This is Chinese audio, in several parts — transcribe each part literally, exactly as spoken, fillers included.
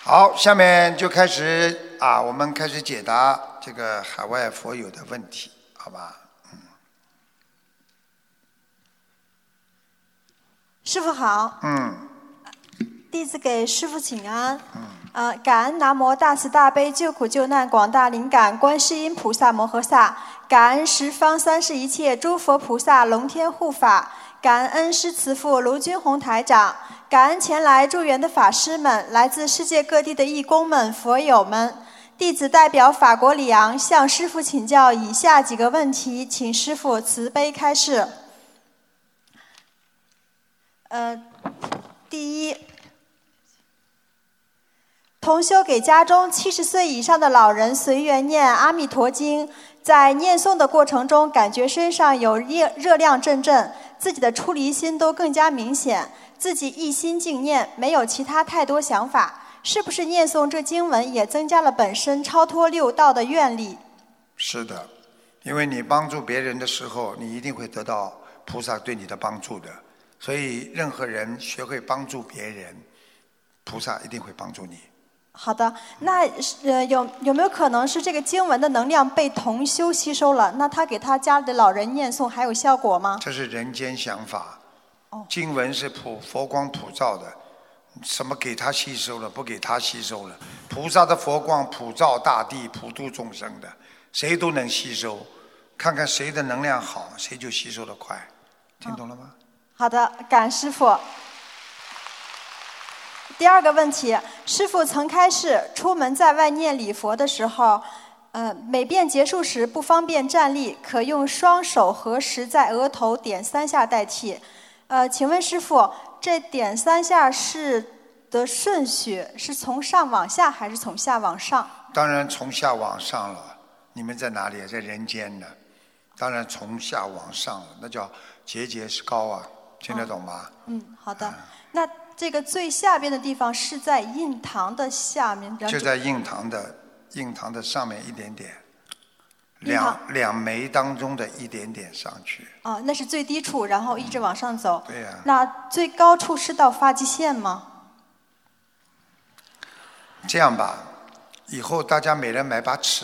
好，下面就开始啊，我们开始解答这个海外佛友的问题，好吧？嗯。 师父好。 嗯。 弟子给师父请安。 嗯。 呃，感恩南无大慈大悲救苦救难广大灵感观世音菩萨摩诃萨，感恩十方三世一切诸佛菩萨龙天护法，感恩恩师慈父卢军宏台长。感恩前来助缘的法师们，来自世界各地的义工们、佛友们，弟子代表法国里昂向师父请教以下几个问题，请师父慈悲开示。呃，第一，同修给家中七十岁以上的老人随缘念阿弥陀经，在念诵的过程中，感觉身上有热热量阵阵，自己的出离心都更加明显。自己一心静念，没有其他太多想法，是不是念诵这经文也增加了本身超脱六道的愿力？ 是的，因为你帮助别人的时候，你一定会得到菩萨对你的帮助的。所以任何人学会帮助别人，菩萨一定会帮助你。 好的，那呃有有没有可能是这个经文的能量被同修吸收了？那他给他家里的老人念诵还有效果吗？ 这是人间想法。 哦， 经文是普佛光普照的，什么给他吸收了，不给他吸收了。菩萨的佛光普照大地，普度众生的，谁都能吸收。看看谁的能量好，谁就吸收得快。听懂了吗？ 哦，好的，感恩师父。第二个问题，师父曾开示，出门在外念礼佛的时候，呃，每遍结束时不方便站立，可用双手合十在额头点三下代替。呃，请问师父，这点三下是的顺序是从上往下还是从下往上？ 当然从下往上了。你们在哪里？在人间呢。当然从下往上了，那叫节节是高啊，听得懂吗？ 嗯，嗯好的。嗯、那这个最下边的地方是在印堂的下面， 就在印堂的印堂的上面一点点。两两眉当中的一点点上去。 哦，那是最低处，然后一直往上走。 对呀、啊。 那最高处是到发际线吗？ 这样吧，以后大家每人买把尺，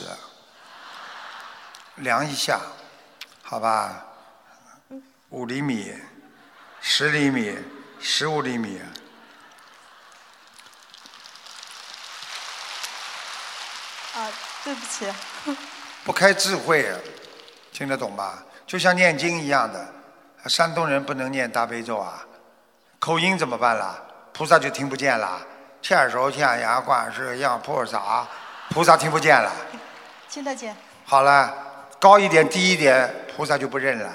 量一下，好吧？五厘米、十厘米、十五厘米。 啊，对不起。 不开智慧，听得懂吧？就像念经一样的，山东人不能念大悲咒啊，口音怎么办啦？菩萨就听不见了。千手千眼观世音菩萨，菩萨听不见了。 听得见。 好了，高一点低一点，菩萨就不认了。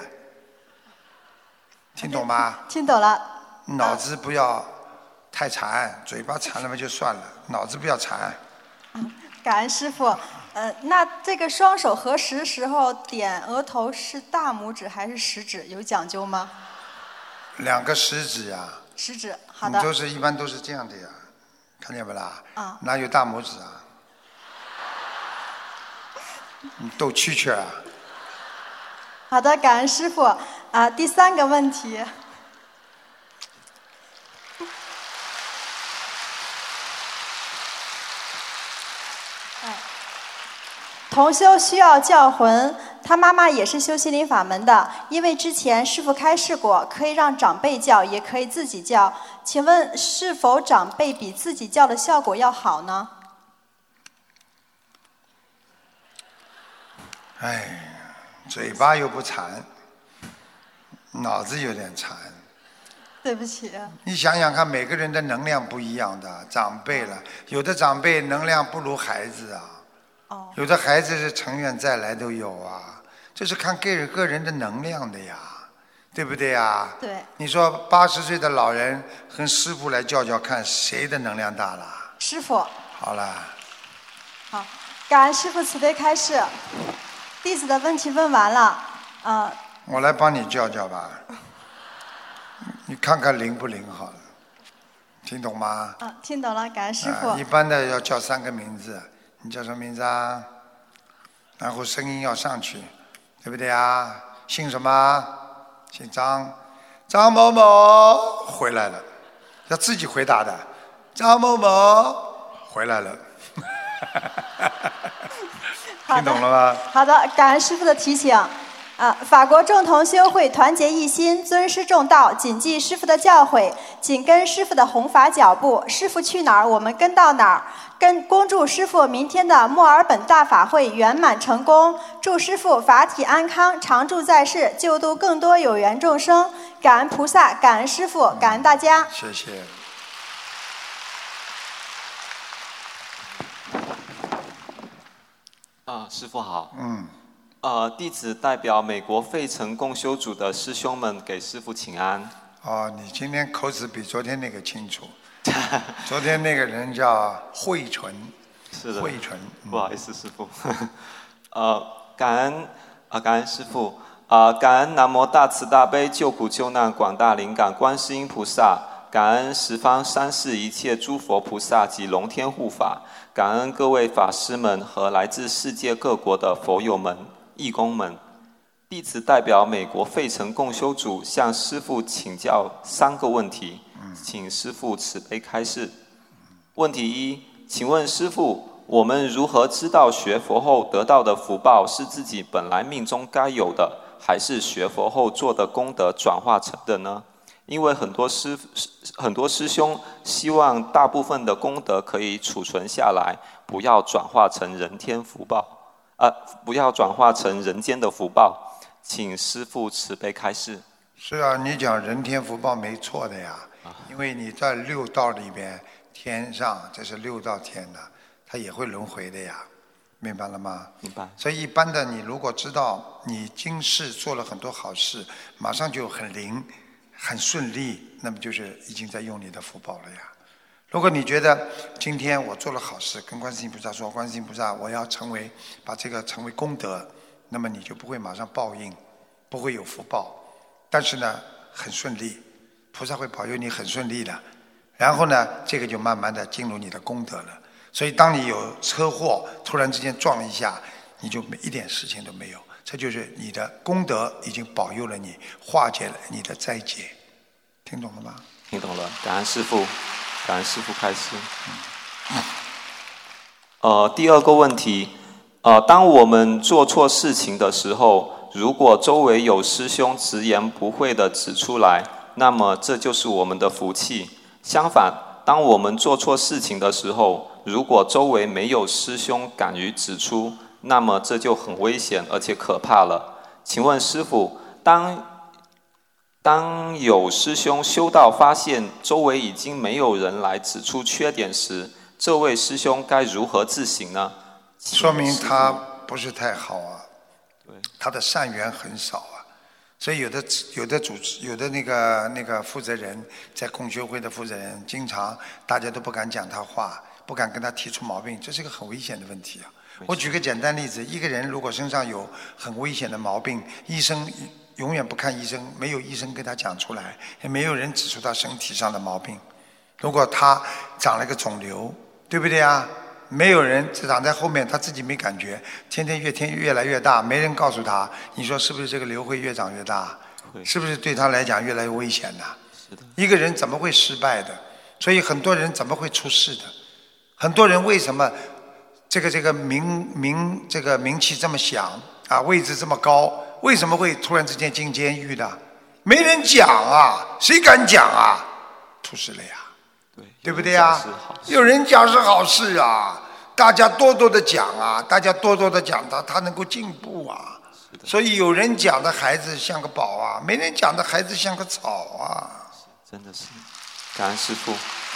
听懂吗？ 听懂了。 脑子不要太馋，嘴巴馋了嘛就算了，脑子不要馋。 感恩师父。呃，那这个双手合十时候点额头是大拇指还是食指？有讲究吗？ 两个食指呀、啊。 食指，好的。 你都是一般都是这样的呀，看见不啦？ 啊。 哪有大拇指啊？你逗蛐蛐啊？ 好的，感恩师父。啊、呃，第三个问题。同修需要叫魂，他妈妈也是修心灵法门的，因为之前师父开示过，可以让长辈叫，也可以自己叫。请问是否长辈比自己叫的效果要好呢？ 哎，嘴巴又不馋，脑子有点馋。 对不起。 你想想看，每个人的能量不一样的，长辈了，有的长辈能量不如孩子啊。 哦， 有的孩子是成愿再来都有啊，这是看个人个人的能量的呀，对不对呀？ 对。 你说八十岁的老人和师父来叫叫看，谁的能量大了？ 师父。 好了。 好，感恩师父慈悲开示，弟子的问题问完了，呃。 我来帮你叫叫吧，你看看灵不灵好了，听懂吗？ 啊，听懂了，感恩师父。 啊，一般的要叫三个名字。你叫什么名字啊？然后声音要上去，对不对啊？姓什么？姓张，张某某回来了，要自己回答的。张某某回来了。 好的听懂了吗？ 好的，感恩师父的提醒。啊，法国众同修会团结一心，尊师重道，谨记师父的教诲，紧跟师父的弘法脚步。师父去哪儿，我们跟到哪儿。跟恭祝师父明天的墨尔本大法会圆满成功，祝师父法体安康，常驻在世，救度更多有缘众生。感恩菩萨，感恩师父，感恩大家。 谢谢。 啊，师父好。 嗯。 呃，弟子代表美国费城共修组的师兄们给师父请安。 哦，你今天口齿比昨天那个清楚。昨天那个人叫慧纯。 是的。 慧纯。 嗯、不好意思，师父。呃，感恩啊、呃，感恩师父啊、呃，感恩南无大慈大悲救苦救难广大灵感观世音菩萨，感恩十方三世一切诸佛菩萨及龙天护法，感恩各位法师们和来自世界各国的佛友们。义工们，弟子代表美国费城共修组向师父请教三个问题，请师父慈悲开示。问题一，请问师父，我们如何知道学佛后得到的福报是自己本来命中该有的，还是学佛后做的功德转化成的呢？因为很多师很多师兄希望大部分的功德可以储存下来，不要转化成人天福报。呃，不要转化成人间的福报，请师父慈悲开示。 是啊，你讲人天福报没错的呀，因为你在六道里边，天上这是六道天的，它也会轮回的呀，明白了吗？ 明白。 所以一般的，你如果知道你今世做了很多好事，马上就很灵、很顺利，那么就是已经在用你的福报了呀。如果你觉得今天我做了好事，跟观世音菩萨说，观世音菩萨，我要成为把这个成为功德，那么你就不会马上报应，不会有福报。但是呢，很顺利，菩萨会保佑你很顺利的。然后呢，这个就慢慢的进入你的功德了。所以当你有车祸，突然之间撞一下，你就一点事情都没有，这就是你的功德已经保佑了你，化解了你的灾劫。听懂了吗？ 听懂了，感恩师父。感恩师父开示。呃，第二个问题，呃，当我们做错事情的时候，如果周围有师兄直言不讳地指出来，那么这就是我们的福气。相反，当我们做错事情的时候，如果周围没有师兄敢于指出，那么这就很危险而且可怕了。请问师父，当当有师兄修道发现周围已经没有人来指出缺点时，这位师兄该如何自省呢？ 说明他不是太好啊，他的善缘很少啊。所以有的有的主持有的那个那个负责人，在共修会的负责人，经常大家都不敢讲他话，不敢跟他提出毛病，这是个很危险的问题啊。我举个简单例子，一个人如果身上有很危险的毛病，医生永远不看医生，没有医生跟他讲出来，也没有人指出他身体上的毛病。如果他长了个肿瘤，对不对啊？没有人长在后面，他自己没感觉，天天越天越来越大，没人告诉他，你说是不是这个瘤会越长越大？是不是对他来讲越来越危险呢？ 是的。 一个人怎么会失败的？所以很多人怎么会出事的？很多人为什么这个这个名名这个名气这么响啊，位置这么高？为什么会突然之间进监狱的？没人讲啊，谁敢讲啊？出事了呀， 对， 对不对呀？ 有人讲是好事啊，大家多多的讲啊，大家多多的讲他，他能够进步啊。所以有人讲的孩子像个宝啊，没人讲的孩子像个草啊。 真的是，感恩师父，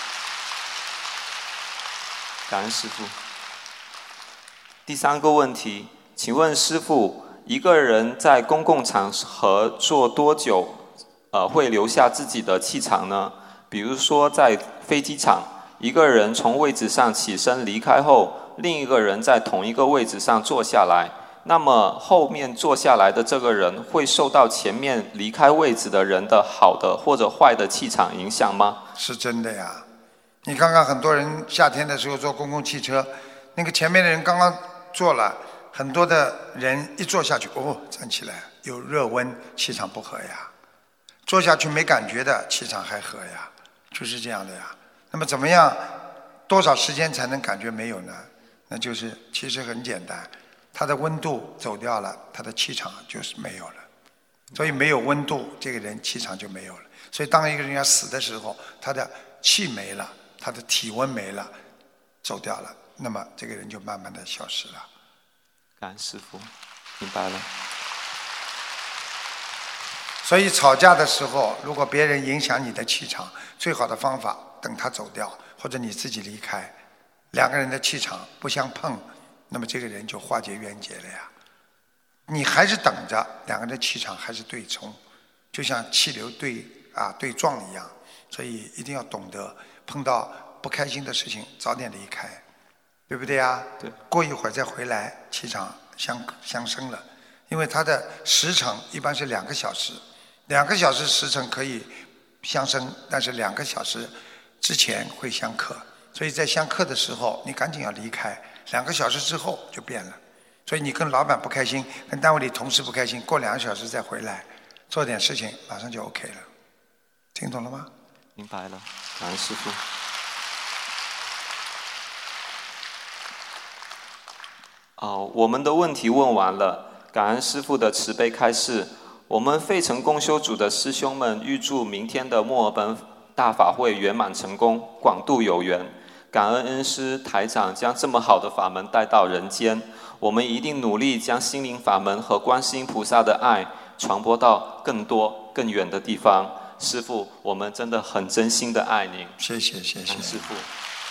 感恩师父。第三个问题，请问师父，一个人在公共场合坐多久，呃，会留下自己的气场呢？比如说在飞机场，一个人从位置上起身离开后，另一个人在同一个位置上坐下来，那么后面坐下来的这个人会受到前面离开位置的人的好的或者坏的气场影响吗？ 是真的呀，你看看很多人夏天的时候坐公共汽车，那个前面的人刚刚坐了，很多的人一坐下去，哦，站起来有热温，气场不合呀。坐下去没感觉的，气场还合呀，就是这样的呀。那么怎么样多少时间才能感觉没有呢？那就是其实很简单，他的温度走掉了，他的气场就是没有了。所以没有温度，这个人气场就没有了。所以当一个人要死的时候，他的气没了，他的体温没了，走掉了，那么这个人就慢慢的消失了。 感恩师父，明白了。 所以吵架的时候，如果别人影响你的气场，最好的方法等他走掉，或者你自己离开，两个人的气场不相碰，那么这个人就化解冤结了呀。你还是等着，两个人的气场还是对冲，就像气流对啊对撞一样。所以一定要懂得碰到不开心的事情早点离开，对不对呀？ 对。 过一会儿再回来，气场相相生了，因为它的时程一般是两个小时，两个小时时程可以相生，但是两个小时之前会相克，所以在相克的时候，你赶紧要离开，两个小时之后就变了。所以你跟老板不开心，跟单位里同事不开心，过两个小时再回来，做点事情，马上就 OK 了。听懂了吗？ 明白了，感恩师父。哦，我们的问题问完了，感恩师父的慈悲开示。我们费城共修组的师兄们预祝明天的墨尔本大法会圆满成功，广度有缘。感恩恩师台长将这么好的法门带到人间，我们一定努力将心灵法门和观世音菩萨的爱传播到更多更远的地方。师父，我们真的很真心的爱您。 谢谢谢谢师父。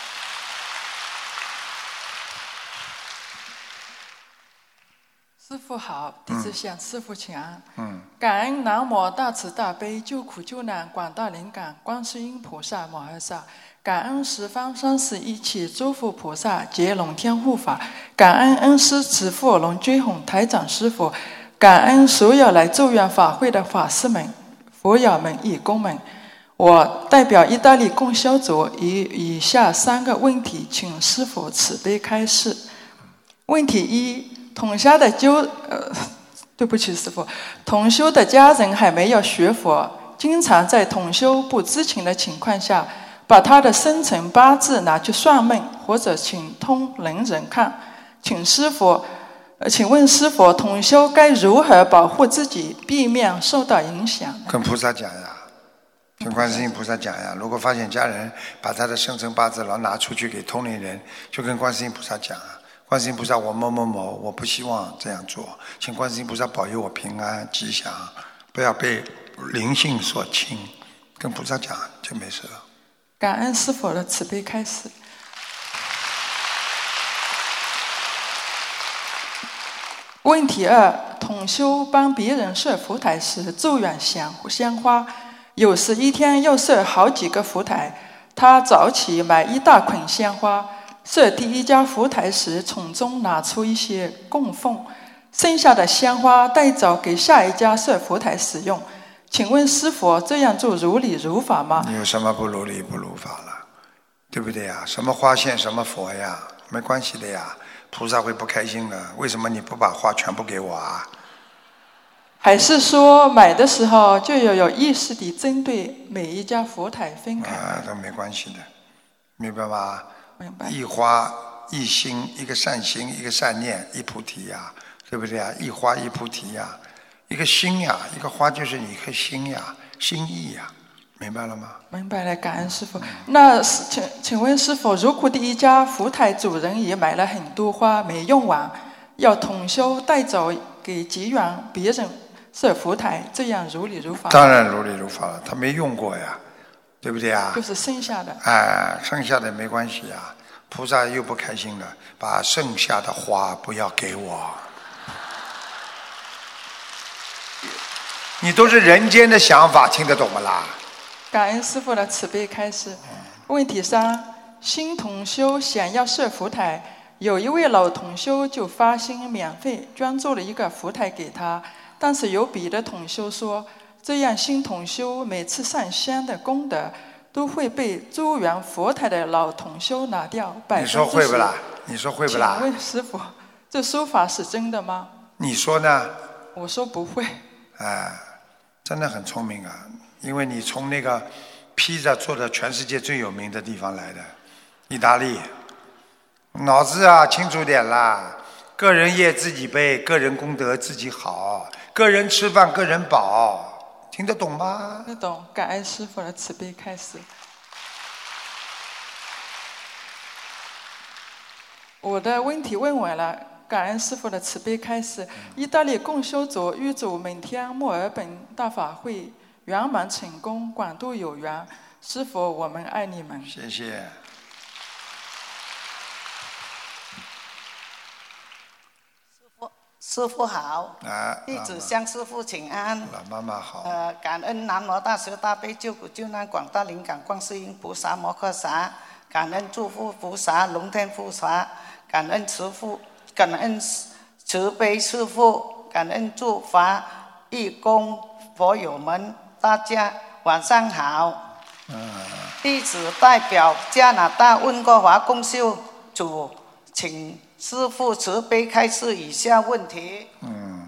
师父好，弟子向师父请安。 嗯。 感恩南无大慈大悲救苦救难广大灵感观世音菩萨摩诃萨，感恩十方三世一切诸佛菩萨及龙天护法，感恩恩师慈父龙君宏台长师父，感恩所有来助愿法会的法师们、佛友们、义工们。我代表意大利共修组以以下三个问题，请师父慈悲开示。问题一。同修的纠呃，对不起师父，同修的家人还没有学佛，经常在同修不知情的情况下，把他的生辰八字拿去算命，或者请通灵人看。请师父，呃，请问师父，同修该如何保护自己，避免受到影响？ 跟菩萨讲呀，跟观世音菩萨讲呀。如果发现家人把他的生辰八字老拿出去给通灵人，就跟观世音菩萨讲啊。观世音菩萨，我某某某，我不希望这样做，请观世音菩萨保佑我平安吉祥，不要被灵性所侵，跟菩萨讲就没事了。 感恩师父的慈悲开示。问题二：同修帮别人设佛台时，祝愿香香花，有时一天要设好几个佛台。他早起买一大捆香花。设第一家佛台时，从中拿出一些供奉，剩下的香花带走给下一家设佛台使用。请问师父，这样做如理如法吗？ 你有什么不如理不如法了，对不对呀？什么花献什么佛呀，没关系的呀。菩萨会不开心的，为什么你不把花全部给我啊？ 还是说买的时候就要有意识地针对每一家佛台分开？ 啊，都没关系的，明白吗？ 一花一心，一个善心，一个善念，一菩提呀，对不对呀？一花一菩提呀，一个心呀，一个花就是一颗心呀，心意呀，明白了吗？ 明白了，感恩师父。那请请问师父，如果第一家佛台主人也买了很多花没用完，要同修带走给结缘别人设佛台，这样如理如法？ 当然如理如法了，他没用过呀。对不对啊？ 就是剩下的。 哎，剩下的没关系啊，菩萨又不开心了，把剩下的花不要给我。你都是人间的想法，听得懂不啦？ 感恩师父的慈悲开示。问题三：新同修想要设佛台，有一位老同修就发心免费捐助了一个佛台给他，但是有别的同修说，这样新同修每次上香的功德都会被助缘佛台的老同修拿掉百分之十。 你说会不啦？你说会不啦？ 请问师父，这说法是真的吗？ 你说呢？ 我说不会。 哎，真的很聪明啊！因为你从那个披萨做的全世界最有名的地方来的， 意大利，脑子啊清楚点啦，个人业自己背，个人功德自己好，个人吃饭个人饱，听得懂吗？ 听得懂，感恩师父的慈悲开示。我的问题问完了，感恩师父的慈悲开示。意大利共修组预祝明天墨尔本大法会圆满成功，广度有缘。师父，我们爱你们。 谢谢。 师父好， 啊， 弟子向师父请安。 老妈妈好。 呃，感恩南无大慈大悲救苦救难广大灵感观世音菩萨摩诃萨，感恩诸佛菩萨龙天护法，感恩慈父，感恩慈悲师父，感恩诸法义工佛友们，大家晚上好。嗯。弟子代表加拿大温哥华共修组，请师父慈悲开示以下问题。嗯。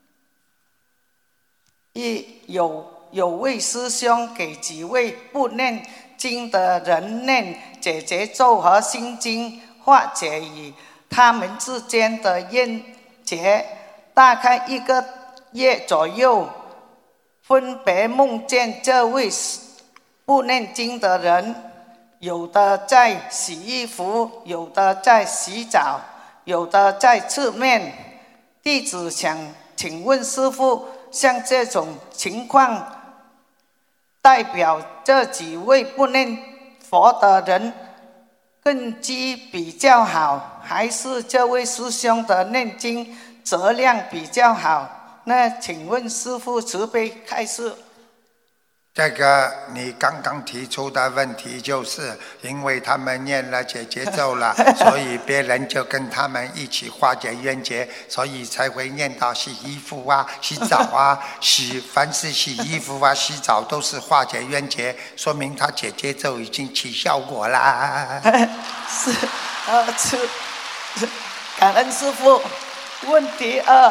一有有位师兄给几位不念经的人念解结咒和心经，化解与他们之间的冤结。大概一个月左右，分别梦见这位不念经的人，有的在洗衣服，有的在洗澡，有的在吃面。弟子想请问师父，像这种情况，代表这几位不念佛的人根基比较好，还是这位师兄的念经质量比较好？那请问师父慈悲开示。 这个你刚刚提出的问题，就是因为他们念了解结咒了，所以别人就跟他们一起化解冤结，所以才会念到洗衣服啊、洗澡啊、洗凡是洗衣服啊、洗澡都是化解冤结，说明他解结咒已经起效果啦。 是，呃，是，感恩师父。问题二，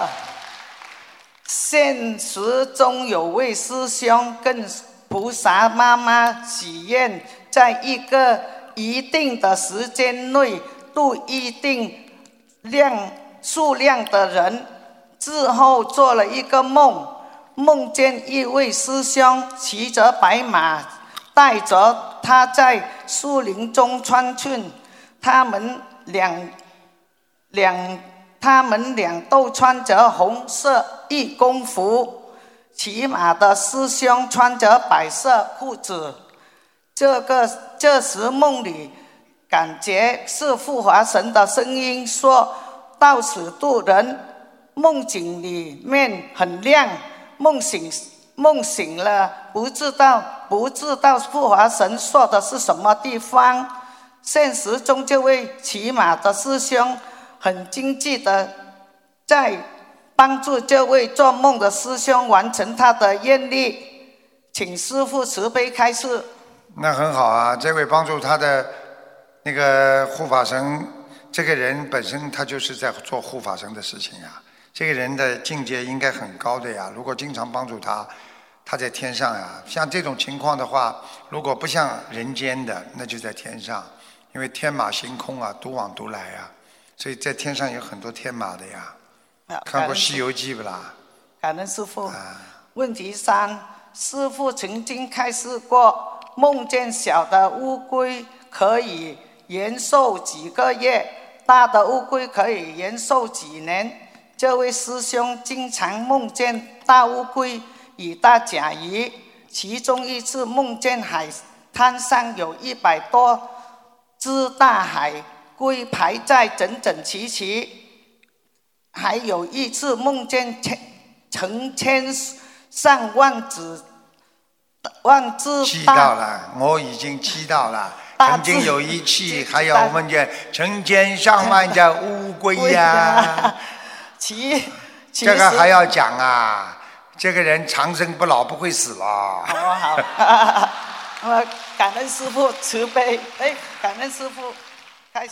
现实中有位师兄跟菩萨妈妈许愿，在一个一定的时间内度一定量数量的人，之后做了一个梦，梦见一位师兄骑着白马，带着他在树林中穿梭，他们两两他们俩都穿着红色义工服，骑马的师兄穿着白色裤子。这个这时梦里感觉是护法神的声音，说到此度人。梦境里面很亮，梦醒梦醒了，不知道不知道护法神说的是什么地方。现实中这位骑马的师兄很经济的在帮助这位做梦的师兄完成他的愿力，请师父慈悲开示。 那很好啊，这位帮助他的那个护法神，这个人本身他就是在做护法神的事情呀。这个人的境界应该很高的呀，如果经常帮助他，他在天上呀。像这种情况的话，如果不像人间的，那就在天上，因为天马行空啊，独往独来啊，所以在天上有很多天马的呀。看过《西游记》不啦？ 感恩师父。啊、问题三，师父曾经开示过，梦见小的乌龟可以延寿几个月，大的乌龟可以延寿几年。这位师兄经常梦见大乌龟与大甲鱼，其中一次梦见海滩上有一百多只大海龟排在整整齐齐。还有一次梦见千成千上万只万只记到了，我已经记到了。曾经有一期还有梦见成千上万的乌龟呀。 其这个还要讲啊，这个人长生不老，不会死了。 好好，那么感恩师父慈悲，哎，感恩师父开始。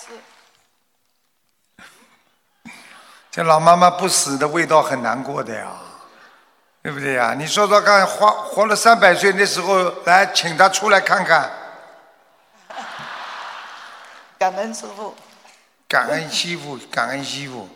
这老妈妈不死的味道很难过的呀，对不对呀？你说说看，活活了三百岁的时候，来请她出来看看。 感恩师父。 感恩师父，感恩师父。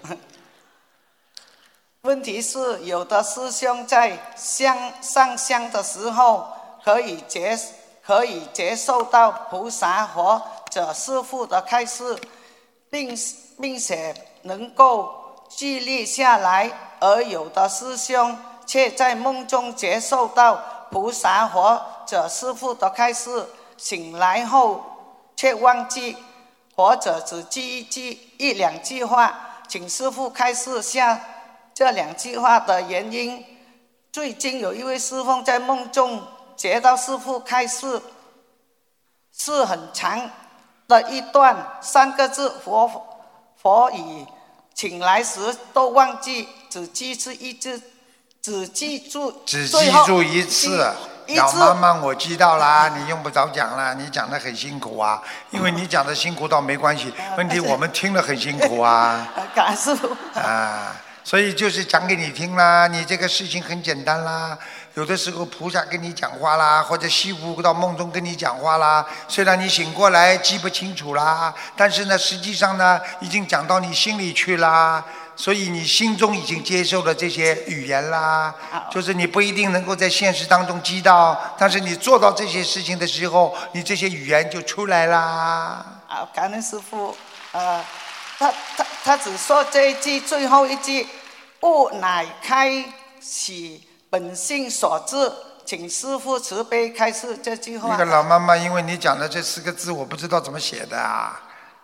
问题是，有的师兄在香上香的时候，可以接可以接受到菩萨或者师父的开示，并并且能够记录下来，而有的师兄却在梦中接受到菩萨或者师父的开示，醒来后却忘记，或者只记一句一两句话，请师父开示下这两句话的原因。最近有一位师父在梦中接到师父开示，是很长的一段三个字佛佛语，醒来时都忘记，只记住一字，只记住只记住一次。老妈妈，我知道啦，你用不着讲啦，你讲得很辛苦啊，因为你讲的辛苦倒没关系，问题我们听了很辛苦啊。 感恩师父啊，所以就是讲给你听啦，你这个事情很简单啦。有的时候菩萨跟你讲话啦，或者西服到梦中跟你讲话啦，虽然你醒过来记不清楚啦，但是呢，实际上呢，已经讲到你心里去啦。所以你心中已经接受了这些语言啦，就是你不一定能够在现实当中记到，但是你做到这些事情的时候，你这些语言就出来啦。 啊，感恩师父。呃，他他他只说这一句最后一句，悟乃开启本性所致，请师父慈悲开示这句话。 那个老妈妈，因为你讲的这四个字，我不知道怎么写的啊。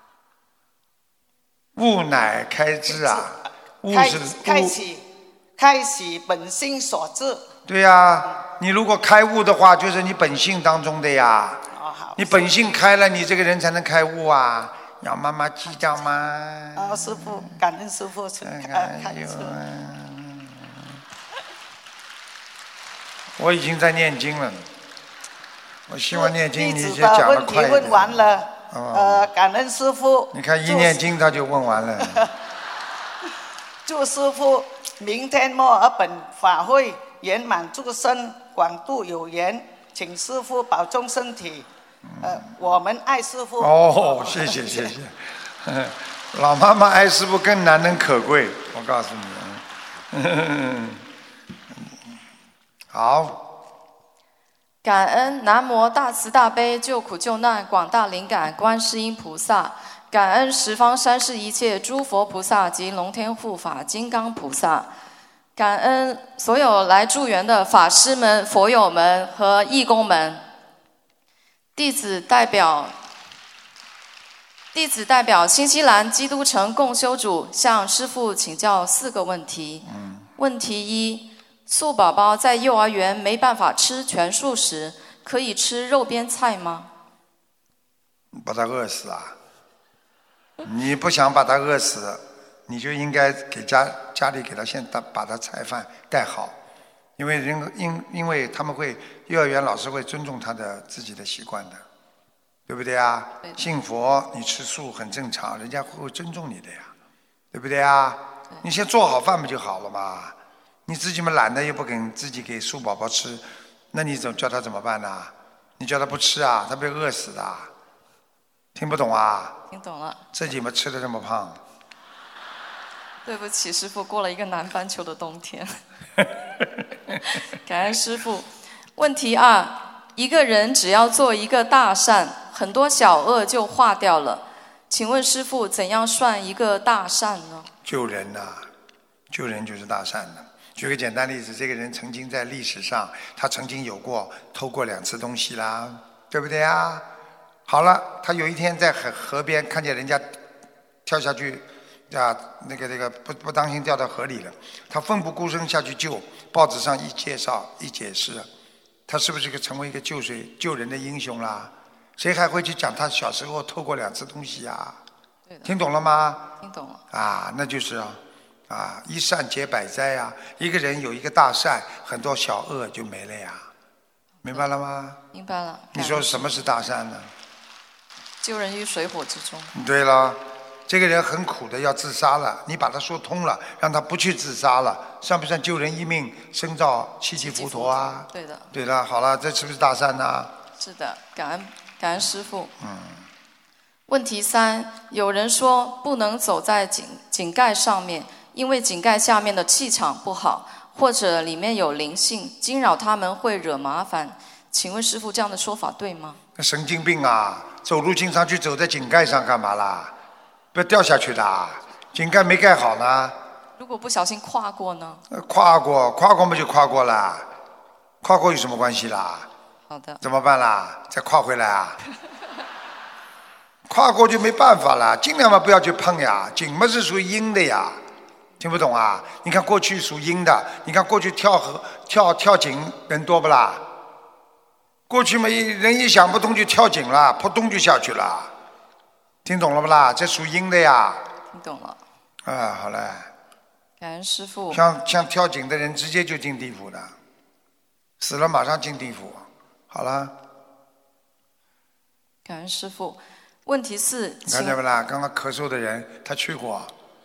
悟乃开智啊，悟是开启开启本性所致。 对呀、啊，你如果开悟的话，就是你本性当中的呀。 哦，好。 你本性开了，你这个人才能开悟啊。要妈妈记到吗？ 啊，师父，感恩师父慈开开示。 我已经在念经了，我希望念经你就弟子讲得的问题快一点。 问完了。 哦、 呃，感恩师父。 你看一念经他就问完了。 祝师父明天墨尔本法会圆满祝生，广度有缘，请师父保重身体。呃，我们爱师父。 哦，谢谢谢谢。老妈妈爱师父更难能可贵，我告诉你。好。 感恩南无大慈大悲救苦救难广大灵感观世音菩萨，感恩十方三世一切诸佛菩萨及龙天护法金刚菩萨，感恩所有来助缘的法师们、佛友们和义工们。弟子代表弟子代表新西兰基督城共修组向师父请教四个问题。 嗯、 问题一。素宝宝在幼儿园没办法吃全素时，可以吃肉边菜吗？ 把他饿死啊！你不想把他饿死，你就应该给家家里给他先把把他菜饭带好，因为人因因为他们会幼儿园老师会尊重他的自己的习惯的，对不对啊？信佛你吃素很正常，人家会尊重你的呀，对不对啊？你先做好饭不就好了嘛？你自己嘛懒得又不给自己给素宝宝吃，那你怎么叫他怎么办呢？你叫他不吃啊，他被饿死的。听不懂啊？ 听懂了。 自己嘛吃得这么胖。 对不起，师父，过了一个南半球的冬天。感恩师父。问题二：一个人只要做一个大善，很多小恶就化掉了。请问师父，怎样算一个大善呢？ 救人呐、啊，救人就是大善的。举个简单例子，这个人曾经在历史上，他曾经有过偷过两次东西啦，对不对啊？好了，他有一天在河河边看见人家跳下去，啊，那个那个不不当心掉到河里了，他奋不顾身下去救。报纸上一介绍一解释，他是不是个成为一个救水救人的英雄啦？谁还会去讲他小时候偷过两次东西呀？听懂了吗？ 听懂了。 啊，那就是啊。啊，一善解百灾啊！一个人有一个大善，很多小恶就没了呀，明白了吗？ 明白了。 你说什么是大善呢？ 救人于水火之中。 对了，这个人很苦的要自杀了，你把他说通了，让他不去自杀了，算不算救人一命，胜造七级浮屠啊？ 对的。 对了，好了，这是不是大善呢？ 是的，感恩感恩师父。 嗯。 问题三，有人说不能走在井井盖上面，因为井盖下面的气场不好，或者里面有灵性，惊扰他们会惹麻烦。请问师父，这样的说法对吗？ 神经病啊！走路经常去走在井盖上干嘛啦？不要掉下去的，井盖没盖好呢。 如果不小心跨过呢？ 跨过，跨过嘛就跨过了，跨过有什么关系啦？ 好的。 怎么办啦？再跨回来啊？跨过就没办法了，尽量嘛不要去碰呀。井嘛是属于阴的呀，听不懂啊？你看过去属阴的，你看过去跳河、跳跳井人多不啦？过去嘛人一想不通就跳井了，扑通就下去了，听懂了不啦？这属阴的呀。 听懂了。 啊，好了。 感恩师父。 像像跳井的人直接就进地府的，死了马上进地府。好了。 感恩师父。问题四， 你看见没啦？刚刚咳嗽的人他去过。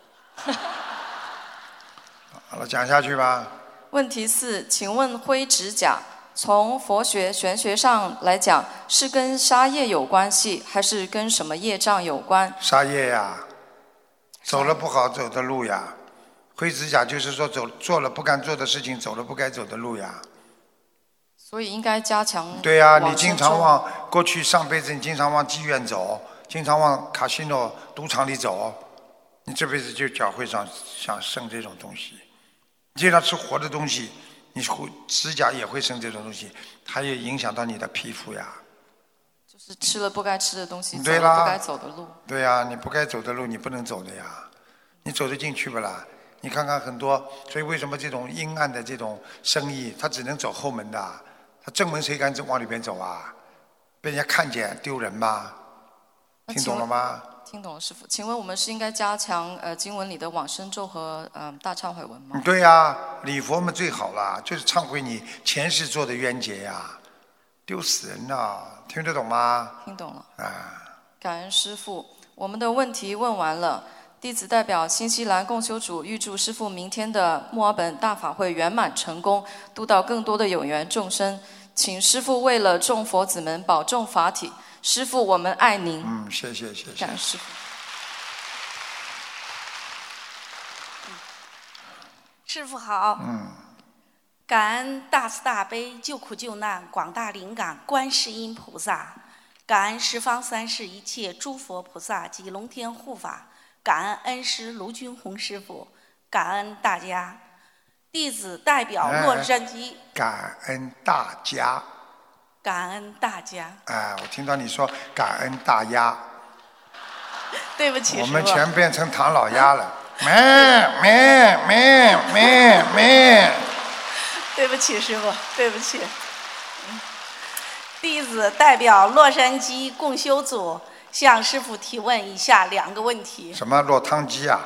好了，讲下去吧。 问题四，请问灰指甲从佛学玄学上来讲，是跟杀业有关系，还是跟什么业障有关？ 杀业呀，走了不好走的路呀。灰指甲就是说走做了不该做的事情，走了不该走的路呀。 所以应该加强。 对呀、啊，你经常往过去上辈子你经常往妓院走，经常往卡西诺赌场里走，你这辈子就脚会上想生这种东西。你经常吃活的东西，你指甲也会生这种东西，它也影响到你的皮肤呀。 就是吃了不该吃的东西， 对啦， 走了不该走的路。 对呀、啊，你不该走的路你不能走的呀，你走得进去不啦？你看看很多，所以为什么这种阴暗的这种生意，他只能走后门的？他正门谁敢往里边走啊？被人家看见丢人吗？听懂了吗？ 听懂了，师父。请问我们是应该加强呃经文里的往生咒和呃大忏悔文吗？ 对呀、啊，礼佛们最好啦，就是忏悔你前世做的冤结呀，丢死人了，听得懂吗？ 听懂了。 啊， 感恩师父，我们的问题问完了。弟子代表新西兰共修组预祝师父明天的墨尔本大法会圆满成功，度到更多的有缘众生。请师父为了众佛子们保重法体。师父，我们爱您。 嗯，谢谢谢谢。 感恩师父。 师父好。 嗯。 感恩大慈大悲救苦救难广大灵感观世音菩萨，感恩十方三世一切诸佛菩萨及龙天护法。感恩恩师卢军宏师傅，感恩大家。弟子代表洛杉矶。 感恩大家。 感恩大家。 哎，我听到你说感恩大鸭。 对不起， 我们全变成唐老鸭了。咩咩咩咩咩。 对不起，师傅，对不起。弟子代表洛杉矶共修组。向师父提问以下两个问题。 什么落汤鸡啊？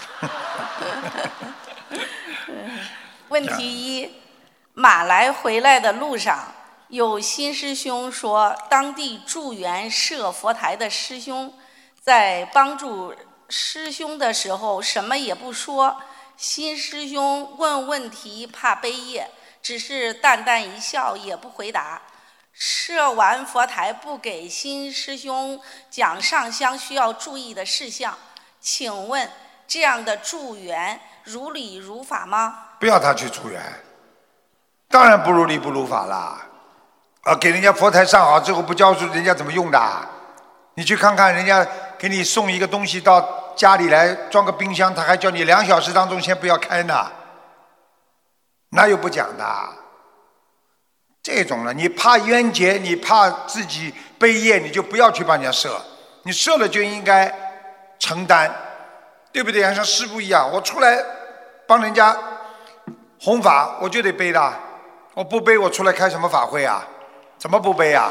问题一：马来回来的路上，有新师兄说，当地助缘设佛台的师兄，在帮助师兄的时候什么也不说。新师兄问问题怕背业，只是淡淡一笑，也不回答。设完佛台不给新师兄讲上香需要注意的事项，请问这样的助缘如理如法吗？ 不要他去助缘，当然不如理不如法啦。啊，给人家佛台上好之后不教书，人家怎么用的？你去看看人家给你送一个东西到家里来，装个冰箱，他还叫你两小时当中先不要开呢，哪有不讲的？这种了，你怕冤结，你怕自己背业，你就不要去帮人家设。你设了就应该承担，对不对？像师父一样，我出来帮人家弘法，我就得背的。我不背，我出来开什么法会啊？怎么不背啊？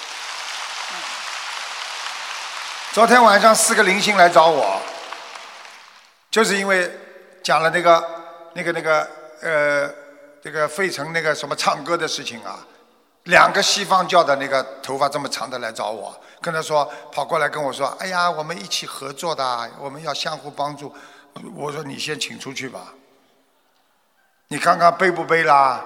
昨天晚上四个灵性来找我，就是因为讲了那个、那个、那个呃。这个费城那个什么唱歌的事情啊，两个西方教的那个头发这么长的来找我，跟他说，跑过来跟我说，哎呀，我们一起合作的，我们要相互帮助。我说你先请出去吧，你看看背不背啦？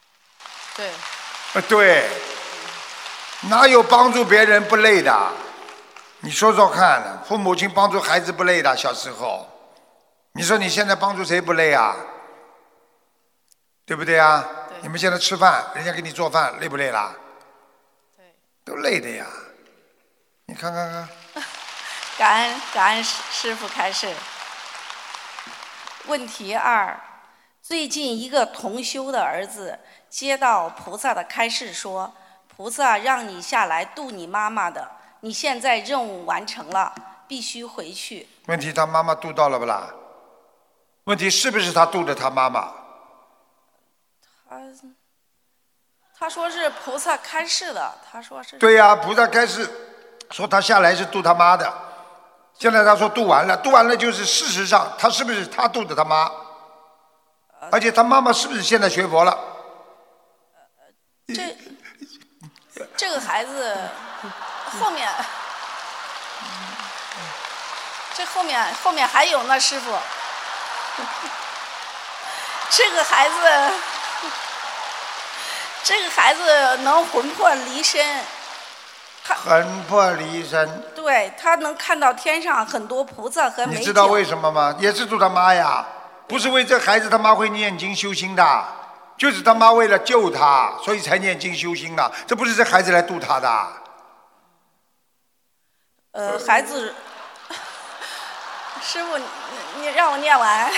对。 呃，对，哪有帮助别人不累的？ 你说说看，父母亲帮助孩子不累的，小时候，你说你现在帮助谁不累啊？对不对啊？ 对， 你们现在吃饭，人家给你做饭，累不累啦？ 对， 都累的呀。你看看看。 感恩感恩师父开示。问题二：最近一个同修的儿子接到菩萨的开示说，菩萨让你下来度你妈妈的，你现在任务完成了，必须回去。 问题他妈妈度到了不啦？问题是不是他度的他妈妈？ 他他说是菩萨开示的，他说是。 对呀、啊，菩萨开示说他下来是度他妈的，现在他说度完了，度完了就是事实上他是不是他度的他妈？而且他妈妈是不是现在学佛了？ 这这个孩子后面，这后面后面还有呢，师傅。这个孩子，这个孩子能魂魄离身， 魂魄离身。 对，他能看到天上很多菩萨和美景。 你知道为什么吗？也是度他妈呀，不是为这孩子他妈会念经修心的，就是他妈为了救他，所以才念经修心的，这不是这孩子来度他的。 呃，孩子，师傅，你你让我念完。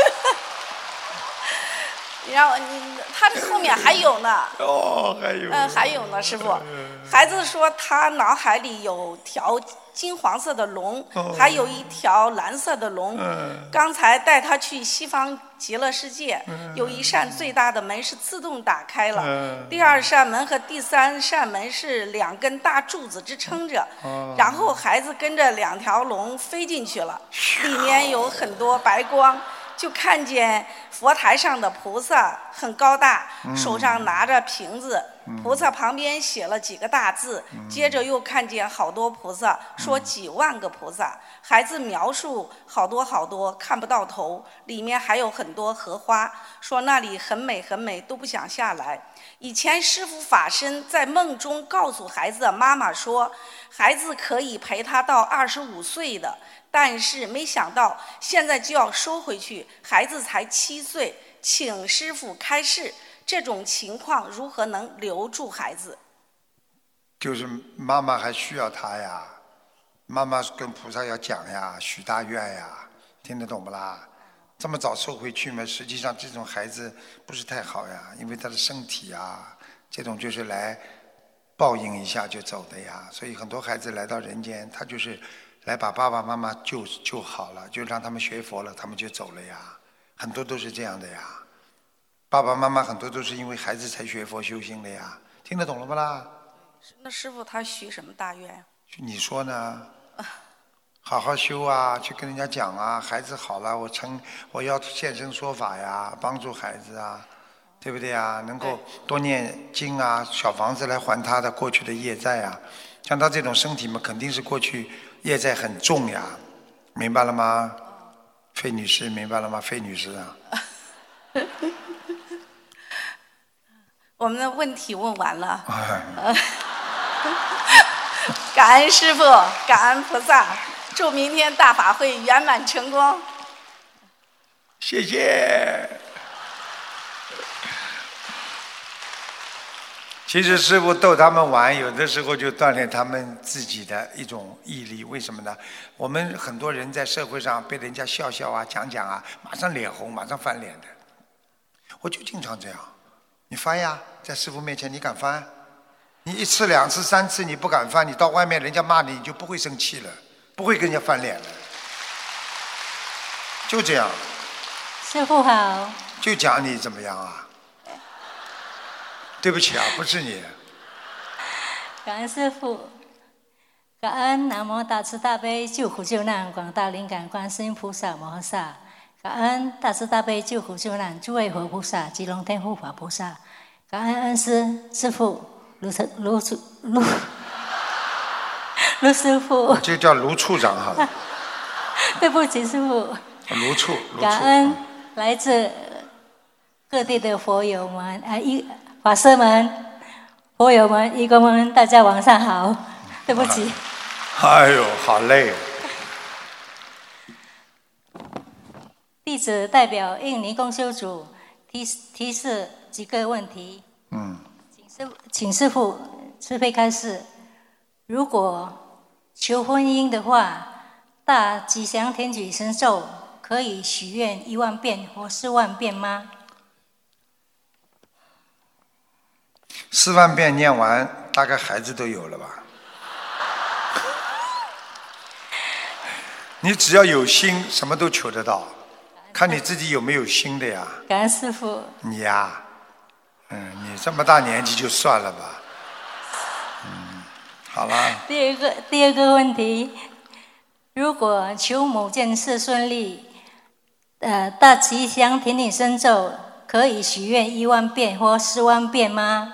你让我你他这后面还有呢。 哦，还有。 嗯，还有呢，师傅。孩子说他脑海里有条金黄色的龙， 哦、 还有一条蓝色的龙。 嗯、 刚才带他去西方极乐世界， 嗯、 有一扇最大的门是自动打开了， 嗯、 第二扇门和第三扇门是两根大柱子支撑着， 哦、 然后孩子跟着两条龙飞进去了，里面有很多白光。就看见佛台上的菩萨很高大， 嗯、 手上拿着瓶子， 嗯、 菩萨旁边写了几个大字， 嗯、 接着又看见好多菩萨，说几万个菩萨。孩子描述好多好多，看不到头，里面还有很多荷花，说那里很美很美，都不想下来。以前师父法身在梦中告诉孩子的妈妈说，孩子可以陪他到二十五岁的，但是没想到现在就要收回去，孩子才七岁，请师父开示，这种情况如何能留住孩子？ 就是妈妈还需要他呀，妈妈跟菩萨要讲呀，许大愿呀，听得懂不啦？这么早收回去嘛，实际上这种孩子不是太好呀，因为他的身体啊，这种就是来报应一下就走的呀。所以很多孩子来到人间，他就是来把爸爸妈妈救救好了，就让他们学佛了，他们就走了呀。很多都是这样的呀，爸爸妈妈很多都是因为孩子才学佛修心的呀。听得懂了不啦？ 那师父他许什么大愿？ 你说呢？好好修啊，去跟人家讲啊，孩子好了，我成我要现身说法呀，帮助孩子啊，对不对啊？能够多念经啊，小房子来还他的过去的业债啊。像他这种身体嘛，肯定是过去业债很重呀，明白了吗？费女士，明白了吗？费女士啊。 我们的问题问完了。 哎、 感恩师父，感恩菩萨。祝明天大法会圆满成功。 谢谢。其实师父逗他们玩，有的时候就锻炼他们自己的一种毅力。为什么呢？我们很多人在社会上被人家笑笑啊、讲讲啊，马上脸红，马上翻脸的。我就经常这样，你翻呀，在师父面前你敢翻？你一次、两次、三次你不敢翻，你到外面人家骂你，你就不会生气了。不会跟人家翻脸的，就这样。 师父好。 就讲你怎么样啊？对不起啊，不是你。 感恩师父，感恩南无大慈大悲救苦救难广大灵感观世音菩萨摩诃萨，感恩大慈大悲救苦救难诸位佛菩萨及龙天护法菩萨，感恩恩师师父卢成卢处卢。卢师父， 这叫卢处长好了。 对不起，师父。 卢处， 感恩来自各地的佛友们啊，一法师们、佛友们、义工们，大家晚上好。对不起。 哎呦，好累。 弟子代表印尼共修组提提示几个问题。 嗯。 请师请师父慈悲开示。如果求婚姻的话，大吉祥天女神咒可以许愿一万遍或四万遍吗？ 四万遍念完，大概孩子都有了吧？你只要有心，什么都求得到，看你自己有没有心的呀。 感恩师父。 你呀，嗯，你这么大年纪就算了吧。嗯，好了。 第二个第二个问题，如果求某件事顺利，呃，大吉祥天女神咒可以许愿一万遍或四万遍吗？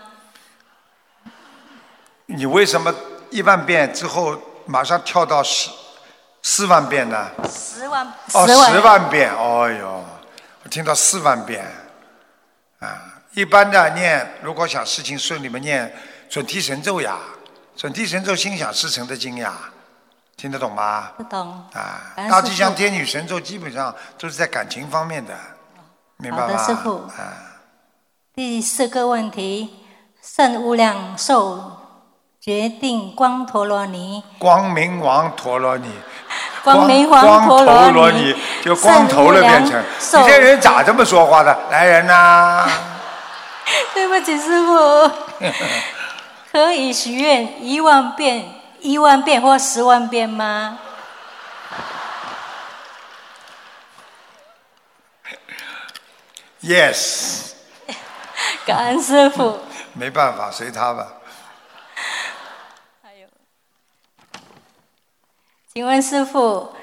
你为什么一万遍之后马上跳到十四万遍呢？ 十万哦， 十万十万遍，哦哟，我听到四万遍，啊，一般的念，如果想事情顺利嘛，念准提神咒呀，准提神咒心想事成的经呀，听得懂吗？ 不懂。 啊，大吉祥天女神咒基本上都是在感情方面的，明白吗？ 好的，师父。 啊。 第四个问题，圣无量寿决定光陀罗尼。 光明王陀罗尼。 光明王陀罗尼， 就光头了变成。你这人咋这么说话的？来人呐！ 对不起，师父。可以许愿一万遍、一万遍或十万遍吗？ Yes。 感恩师父。 没办法，随他吧。 还有，请问师父，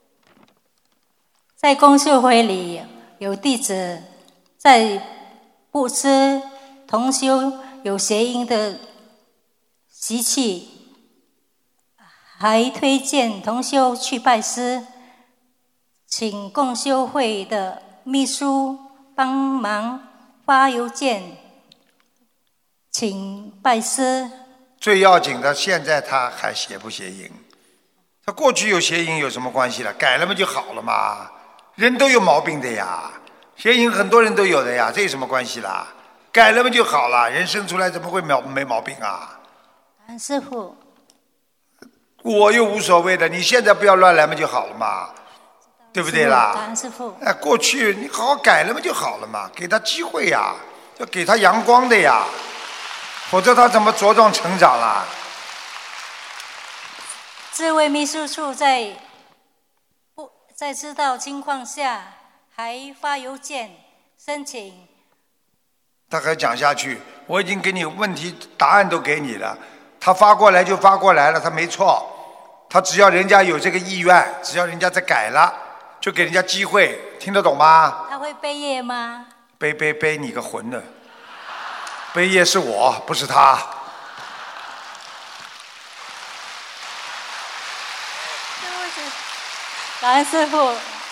在公修会里有弟子在布施同修有邪淫的习气，还推荐同修去拜师，请共修会的秘书帮忙发邮件，请拜师。 最要紧的，现在他还邪不邪淫？他过去有邪淫有什么关系了？改了嘛就好了嘛。人都有毛病的呀，邪淫很多人都有的呀，这有什么关系啦？改了嘛就好了。人生出来怎么会毛没毛病啊？ 感恩师父。 我又无所谓的，你现在不要乱来嘛就好了嘛，对不对啦？ 感恩师父。 哎，过去你好好改了嘛就好了嘛，给他机会呀，要给他阳光的呀，否则他怎么茁壮成长啦？ 这位秘书处在不在知道情况下还发邮件申请？ 他还讲下去，我已经给你问题答案都给你了，他发过来就发过来了，他没错，他只要人家有这个意愿，只要人家再改了，就给人家机会，听得懂吗？ 他会背业吗？ 背背背你个魂呢！背业是我，不是他。 对不起，感恩师父。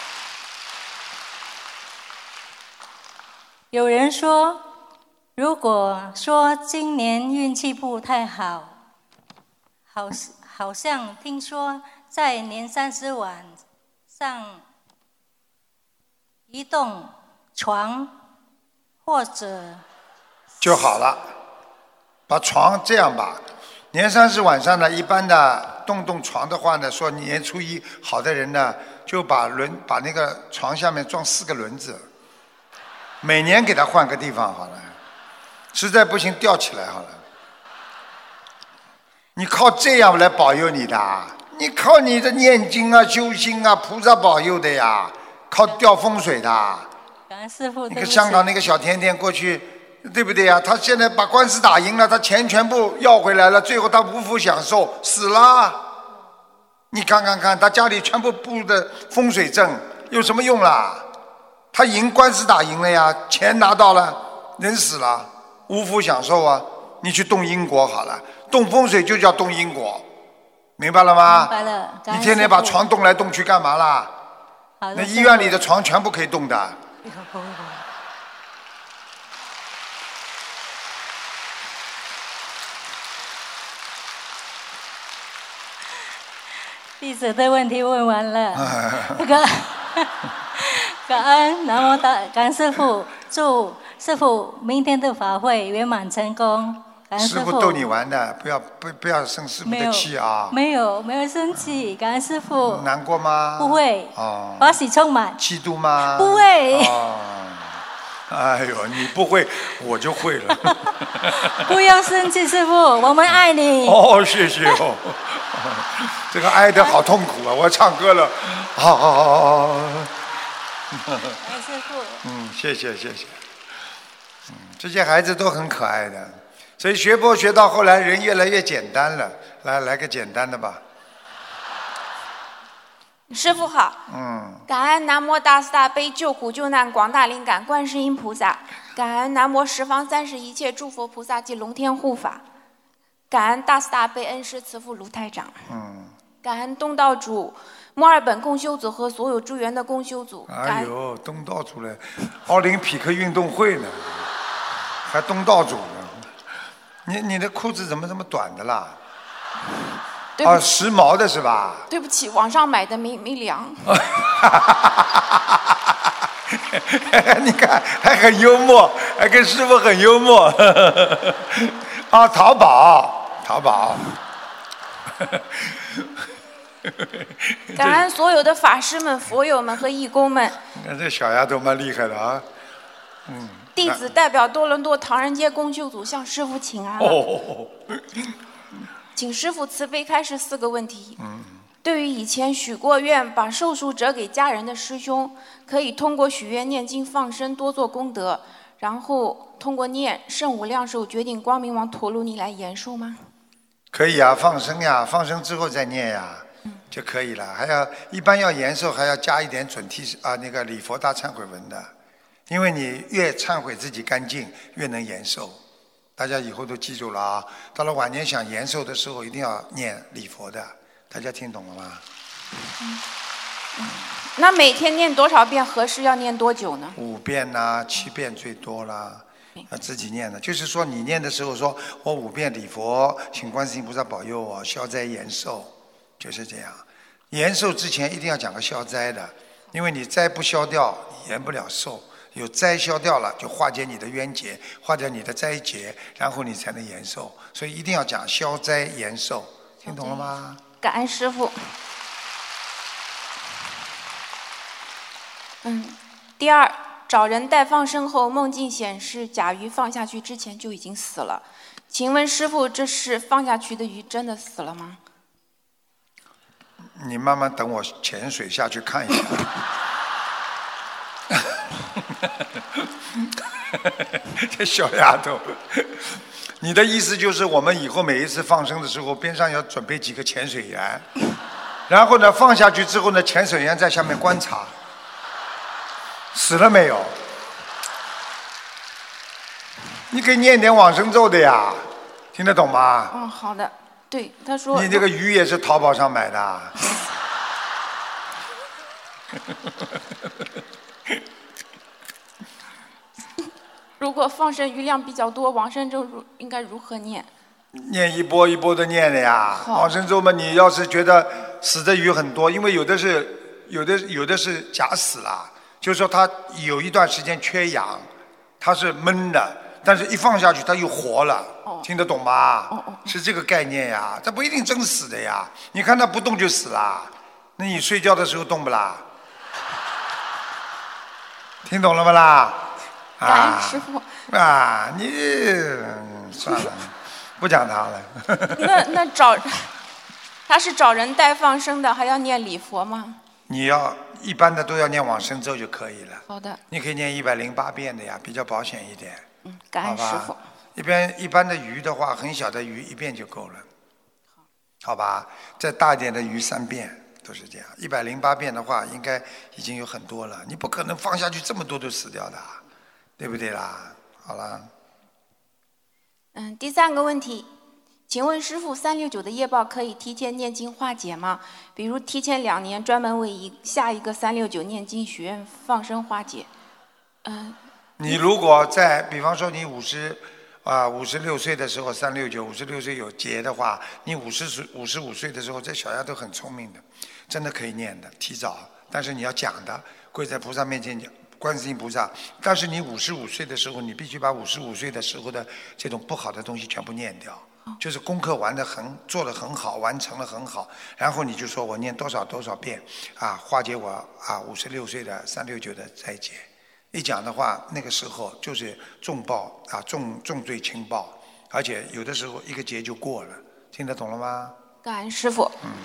有人说，如果说今年运气不太好，好好像听说在年三十晚上移动床或者就好了，把床这样吧，年三十晚上呢，一般的动动床的话呢，说年初一好的人呢，就把轮把那个床下面装四个轮子，每年给他换个地方好了，实在不行吊起来好了。你靠这样来保佑你的，你靠你的念经啊、修心啊，菩萨保佑的呀，靠吊风水的。 感恩师父。 那个香港那个小甜甜过去，对不对呀？他现在把官司打赢了，他钱全部要回来了，最后他无福享受，死了。你看看看，他家里全部布的风水阵，有什么用啦？他赢官司打赢了呀，钱拿到了，人死了，无福享受啊！你去动因果好了，动风水就叫动因果，明白了吗？ 明白了。 你天天把床动来动去干嘛啦？ 好的。 那医院里的床全部可以动的。 弟子的问题问完了。那个感恩南无大感恩师父，祝师父明天的法会圆满成功。感恩师父。 师父逗你玩的，不要不不要生师父的气啊！ 没有没有生气，感恩师父。 难过吗？ 不会。 哦。 欢喜充满。 嫉妒吗？ 不会。 哦。哎呦，你不会，我就会了。 不要生气，师父，我们爱你。 哦，谢谢哦。这个爱的好痛苦啊！我唱歌了，好好好好好。 感谢师父。 嗯，谢谢谢谢。嗯，这些孩子都很可爱的，所以学佛学到后来人越来越简单了。来来个简单的吧。 师父好。 嗯。 感恩南无大慈大悲救苦救难广大灵感观世音菩萨，感恩南无十方三世一切诸佛菩萨及龙天护法，感恩大慈大悲恩师慈父卢台长。 嗯。 感恩东道主墨尔本共修组和所有助缘的共修组。 哎呦，东道主嘞，奥林匹克运动会呢，还东道主呢。你你的裤子怎么这么短的啦？啊，时髦的是吧？ 对不起，网上买的没没量。 你看，还很幽默，还跟师傅很幽默。啊，淘宝，淘宝。 感恩所有的法师们、佛友们和义工们。 你看这小丫头蛮厉害的啊。嗯。 弟子代表多伦多唐人街共修组向师父请安了。 哦。 请师父慈悲开示四个问题。 嗯。 对于以前许过愿把寿数折给家人的师兄，可以通过许愿念经放生多做功德，然后通过念圣无量寿决定光明王陀罗尼来延寿吗？ 可以啊，放生呀，放生之后再念呀。就可以了，还要一般要延寿，还要加一点准提啊那个礼佛大忏悔文的，因为你越忏悔自己干净，越能延寿。大家以后都记住了啊！到了晚年想延寿的时候，一定要念礼佛的。大家听懂了吗？ 嗯嗯、那每天念多少遍合适？要念多久呢？ 五遍呐、啊，七遍最多啦。要自己念的，就是说你念的时候说，我五遍礼佛，请观世音菩萨保佑我消灾延寿，就是这样。延寿之前一定要讲个消灾的，因为你灾不消掉，你延不了寿。有灾消掉了，就化解你的冤结，化解你的灾劫，然后你才能延寿。所以一定要讲消灾延寿，听懂了吗？ 感恩师父。嗯，第二，找人代放生后，梦境显示甲鱼放下去之前就已经死了。请问师父，这是放下去的鱼真的死了吗？ 你慢慢等我潜水下去看一下。这小丫头，你的意思就是我们以后每一次放生的时候，边上要准备几个潜水员，然后呢放下去之后呢，潜水员在下面观察，死了没有？你可以念点往生咒的呀，听得懂吗？ 嗯，好的。对，他说。 你这个鱼也是淘宝上买的。 如果放生鱼量比较多，往生咒应该如何念？ 念一波一波的念的呀。往生咒嘛，你要是觉得死的鱼很多，因为有的是有的有的是假死了，就是说它有一段时间缺氧，它是闷的，但是一放下去它又活了， 哦、 听得懂吗？ 哦哦、 是这个概念呀，它不一定真死的呀。你看它不动就死了，那你睡觉的时候动不啦？听懂了不啦？ 感恩师父。 啊，你算了，不讲他了。 那那找他是找人代放生的，还要念礼佛吗？ 你要一般的都要念往生咒就可以了。 好的。 你可以念一百零八遍的呀，比较保险一点。 嗯，感恩师父。 一边一般的鱼的话，很小的鱼一遍就够了。好吧，再大一点的鱼三遍。都是这样，一百零八遍的话，应该已经有很多了。你不可能放下去这么多都死掉的，对不对啦？好了。 嗯，第三个问题，请问师父，三六九的业报可以提前念经化解吗？比如提前两年专门为一下一个三六九念经许愿放生化解。嗯、呃。 你如果在，比方说你五十啊，五十六岁的时候三六九，五十六岁有劫的话，你五十岁五十五岁的时候，这小丫头很聪明的，真的可以念的，提早。但是你要讲的，跪在菩萨面前讲，观世音菩萨。但是你五十五岁的时候，你必须把五十五岁的时候的这种不好的东西全部念掉，就是功课玩得很，做得很好，完成了很好，然后你就说我念多少多少遍啊，化解我啊五十六岁的三六九的灾劫。一讲的话，那个时候就是重报啊，重重罪轻报，而且有的时候一个劫就过了，听得懂了吗？ 感恩师父。 嗯。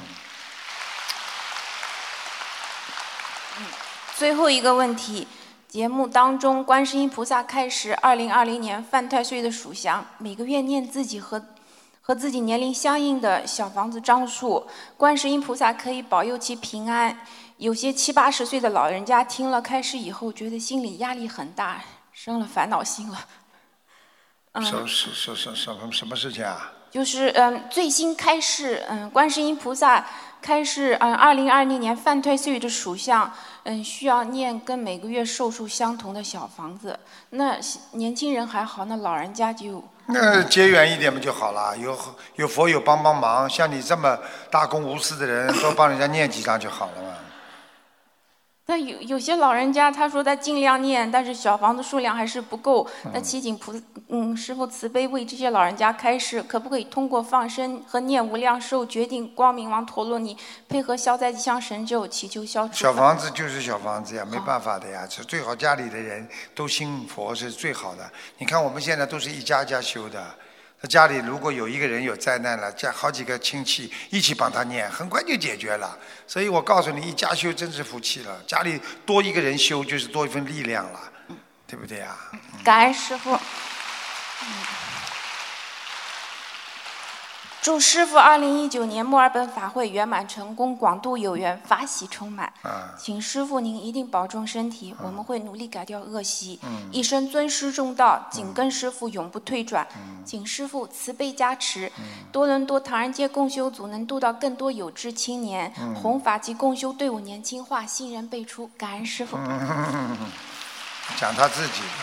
嗯，最后一个问题，节目当中，观世音菩萨开始二零二零年犯太岁的属相，每个月念自己和和自己年龄相应的小房子张数，观世音菩萨可以保佑其平安。有些七八十岁的老人家听了开示以后，觉得心理压力很大，生了烦恼心了。 嗯，什什什什什么什么事情啊？ 就是嗯，最新开示，嗯，观世音菩萨开示，嗯，二零二零年犯太岁的属相，嗯，需要念跟每个月寿数相同的小房子。那年轻人还好，那老人家就那结缘一点不就好了？有有佛友帮帮忙，像你这么大公无私的人，多帮人家念几张就好了嘛。 那有有些老人家他说他尽量念，但是小房子数量还是不够。那祈请菩嗯师父慈悲为这些老人家开示，可不可以通过放生和念无量寿决定光明王陀罗尼，配合消灾吉祥神咒，祈求消除。 小房子就是小房子呀，没办法的呀，是最好家里的人都信佛是最好的。你看我们现在都是一家家修的。他家里如果有一个人有灾难了，家好几个亲戚一起帮他念，很快就解决了。所以我告诉你，一家修真是福气了。家里多一个人修，就是多一份力量了，对不对呀？ 感恩师父。嗯，祝师父二零一九年墨尔本法会圆满成功，广度有缘，法喜充满。 啊， 请师父您一定保重身体，嗯、我们会努力改掉恶习， 嗯、 一生尊师重道，紧跟师父，永不退转。嗯、请师父慈悲加持，嗯、多伦多唐人街共修组能度到更多有志青年，嗯、弘法及共修队伍年轻化，新人辈出。感恩师父。 嗯、讲他自己。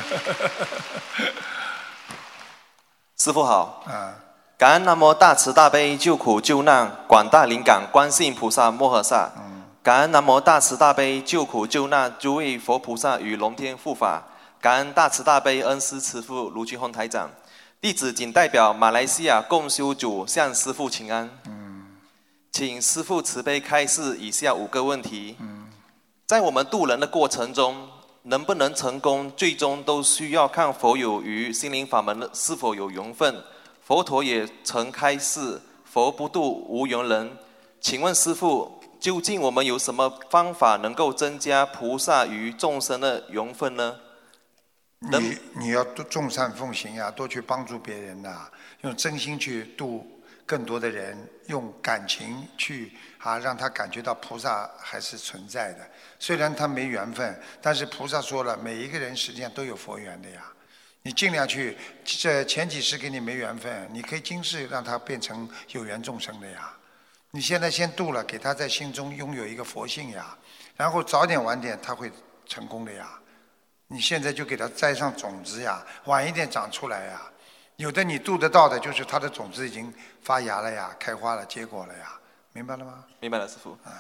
师父好。 啊。 感恩南无大慈大悲救苦救难广大灵感观世音菩萨摩诃萨，感恩南无大慈大悲救苦救难诸位佛菩萨与龙天护法，感恩大慈大悲恩师慈父卢俊宏台长。弟子仅代表马来西亚共修组向师父请安。请师父慈悲开示以下五个问题。在我们渡人的过程中，能不能成功，最终都需要看佛友与心灵法门是否有缘分。佛陀也曾开示，佛不渡无缘人。请问师父，究竟我们有什么方法能够增加菩萨与众生的缘分呢？ 你你要多众善奉行呀、啊，多去帮助别人呐、啊，用真心去度更多的人，用感情去啊让他感觉到菩萨还是存在的。虽然他没缘分，但是菩萨说了，每一个人实际上都有佛缘的呀。你尽量去，这前几世给你没缘分，你可以今世让他变成有缘众生的呀。你现在先度了，给他在心中拥有一个佛性呀，然后早点晚点他会成功的呀。你现在就给他栽上种子呀，晚一点长出来呀。有的你度得到的，就是他的种子已经发芽了呀，开花了，结果了呀，明白了吗？ 明白了，师父。嗯。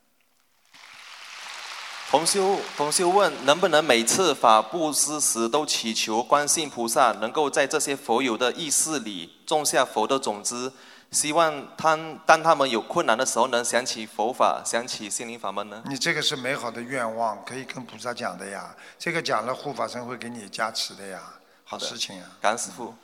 同修同修问，能不能每次法布施时都祈求观世音菩萨能够在这些佛友的意识里种下佛的种子，希望他当他们有困难的时候能想起佛法，想起心灵法门呢？ 你这个是美好的愿望，可以跟菩萨讲的呀。这个讲了，护法神会给你加持的呀。好事情啊！ 感恩师父。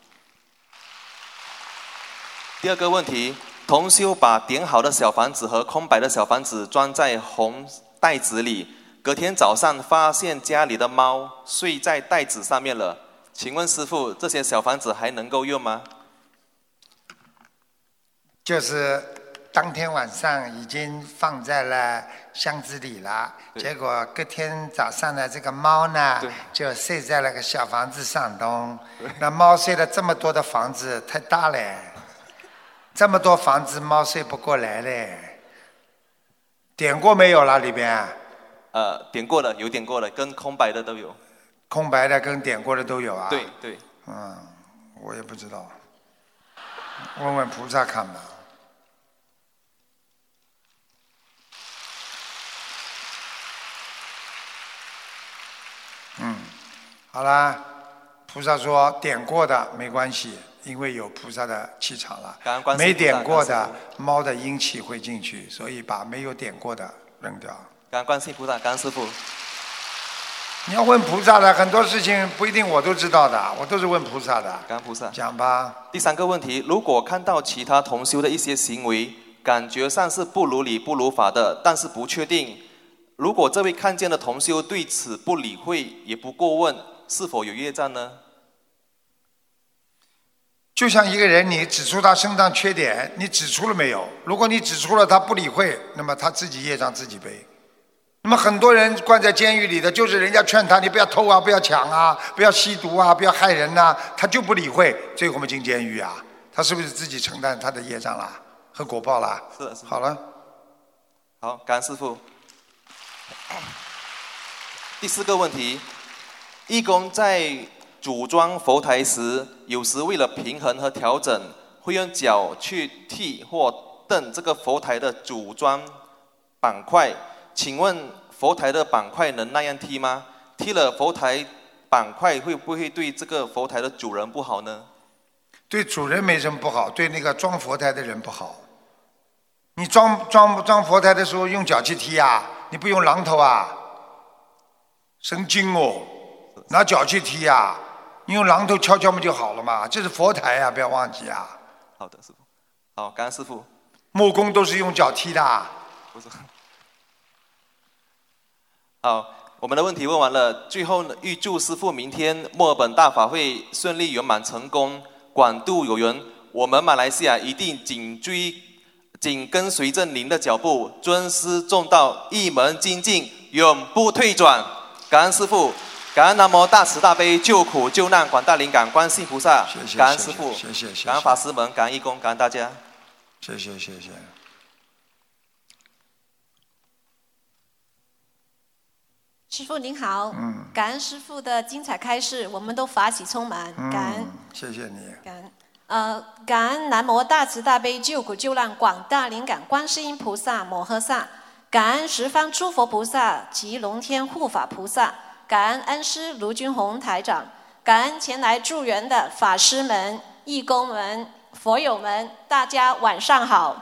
第二个问题，同修把点好的小房子和空白的小房子装在红袋子里。隔天早上发现家里的猫睡在袋子上面了，请问师父，这些小房子还能够用吗？ 就是当天晚上已经放在了箱子里了，结果隔天早上呢，这个猫呢就睡在了个小房子上头。那猫睡了这么多的房子太大了，这么多房子猫睡不过来嘞。点过没有了里边？ 呃，点过的有点过的，跟空白的都有。 空白的跟点过的都有啊？ 对对。 嗯， 我也不知道，问问菩萨看吧。嗯，好啦，菩萨说点过的没关系，因为有菩萨的气场了。没点过的猫的阴气会进去，所以把没有点过的扔掉。 感恩观世音菩萨，感恩师父。 你要问菩萨的，很多事情不一定我都知道的，我都是问菩萨的。 感恩菩萨。 讲吧。 第三个问题，如果看到其他同修的一些行为，感觉上是不如理不如法的，但是不确定，如果这位看见的同修对此不理会也不过问，是否有业障呢？ 就像一个人，你指出他身上缺点，你指出了没有？如果你指出了他不理会，那么他自己业障自己背。那么很多人关在监狱里的，就是人家劝他你不要偷啊，不要抢啊，不要吸毒啊，不要害人呐、啊，他就不理会，最后我们进监狱啊，他是不是自己承担他的业障啦和果报啦？ 是的，是的。 好了， 好，感恩师父。第四个问题，义工在组装佛台时，有时为了平衡和调整，会用脚去踢或蹬这个佛台的组装板块。请问佛台的板块能那样踢吗？踢了佛台板块会不会对这个佛台的主人不好呢？ 对主人没什么不好，对那个装佛台的人不好。你装装装佛台的时候用脚去踢啊，你不用榔头啊，神经哦，拿脚去踢啊，你用榔头敲敲不就好了嘛？这是佛台啊，不要忘记啊。 好的，师父。好，感恩师父。 木工都是用脚踢的。 不是。好，我们的问题问完了，最后预祝师父明天墨尔本大法会顺利圆满成功，广度有缘。我们马来西亚一定紧追、紧跟随着您的脚步，尊师重道，一门精进，永不退转。感恩师父，感恩南无大慈大悲救苦救难广大灵感观世音菩萨， 谢谢感恩师父， 谢谢谢谢， 感恩法师们，感恩义工，感恩大家。 谢谢谢谢。 师父您好， 嗯， 感恩师父的精彩开示，我们都法喜充满，感恩， 嗯、谢谢你， 感恩，呃，感恩南无大慈大悲救苦救难广大灵感观世音菩萨摩诃萨，感恩十方诸佛菩萨及龙天护法菩萨，感恩恩师卢军宏台长，感恩前来助缘的法师们、义工们、佛友们，大家晚上好。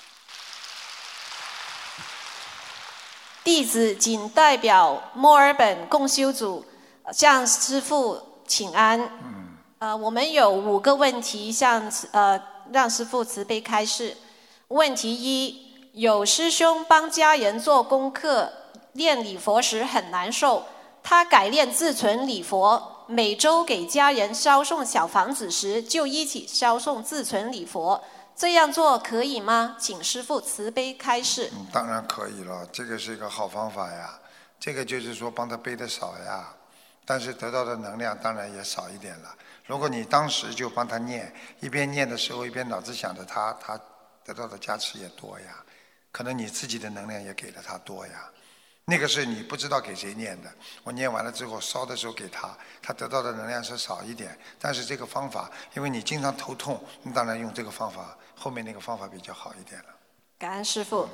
弟子仅代表墨尔本共修组向师父请安。嗯、呃，我们有五个问题向呃让师父慈悲开示。问题一：有师兄帮家人做功课，练礼佛时很难受，他改练自存礼佛，每周给家人烧送小房子时就一起烧送自存礼佛。这样做可以吗？请师父慈悲开示。 嗯，当然可以了，这个是一个好方法呀。这个就是说帮他背的少呀，但是得到的能量当然也少一点了。如果你当时就帮他念，一边念的时候一边脑子想着他，他得到的加持也多呀。可能你自己的能量也给了他多呀。那个是你不知道给谁念的，我念完了之后烧的时候给他，他得到的能量是少一点。但是这个方法，因为你经常头痛，你当然用这个方法，后面那个方法比较好一点了。 感恩师父。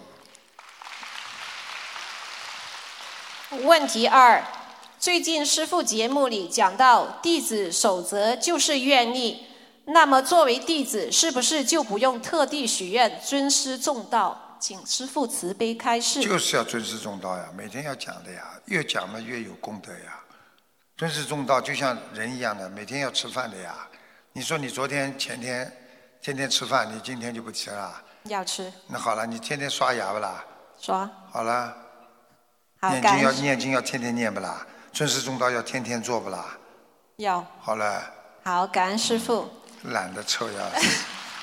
问题二：最近师父节目里讲到弟子守则就是愿力，那么作为弟子是不是就不用特地许愿尊师重道？请师父慈悲开示。 就是要尊师重道呀，每天要讲的呀，越讲嘛越有功德呀。尊师重道就像人一样的，每天要吃饭的呀。你说你昨天前天天天吃饭，你今天就不吃了？ 要吃。 那好了，你天天刷牙不啦？ 刷。 好了。 好， 念经要念经要天天念不啦？尊师重道要天天做不啦？ 要。 好了。 好，感恩师父。 懒得臭要死。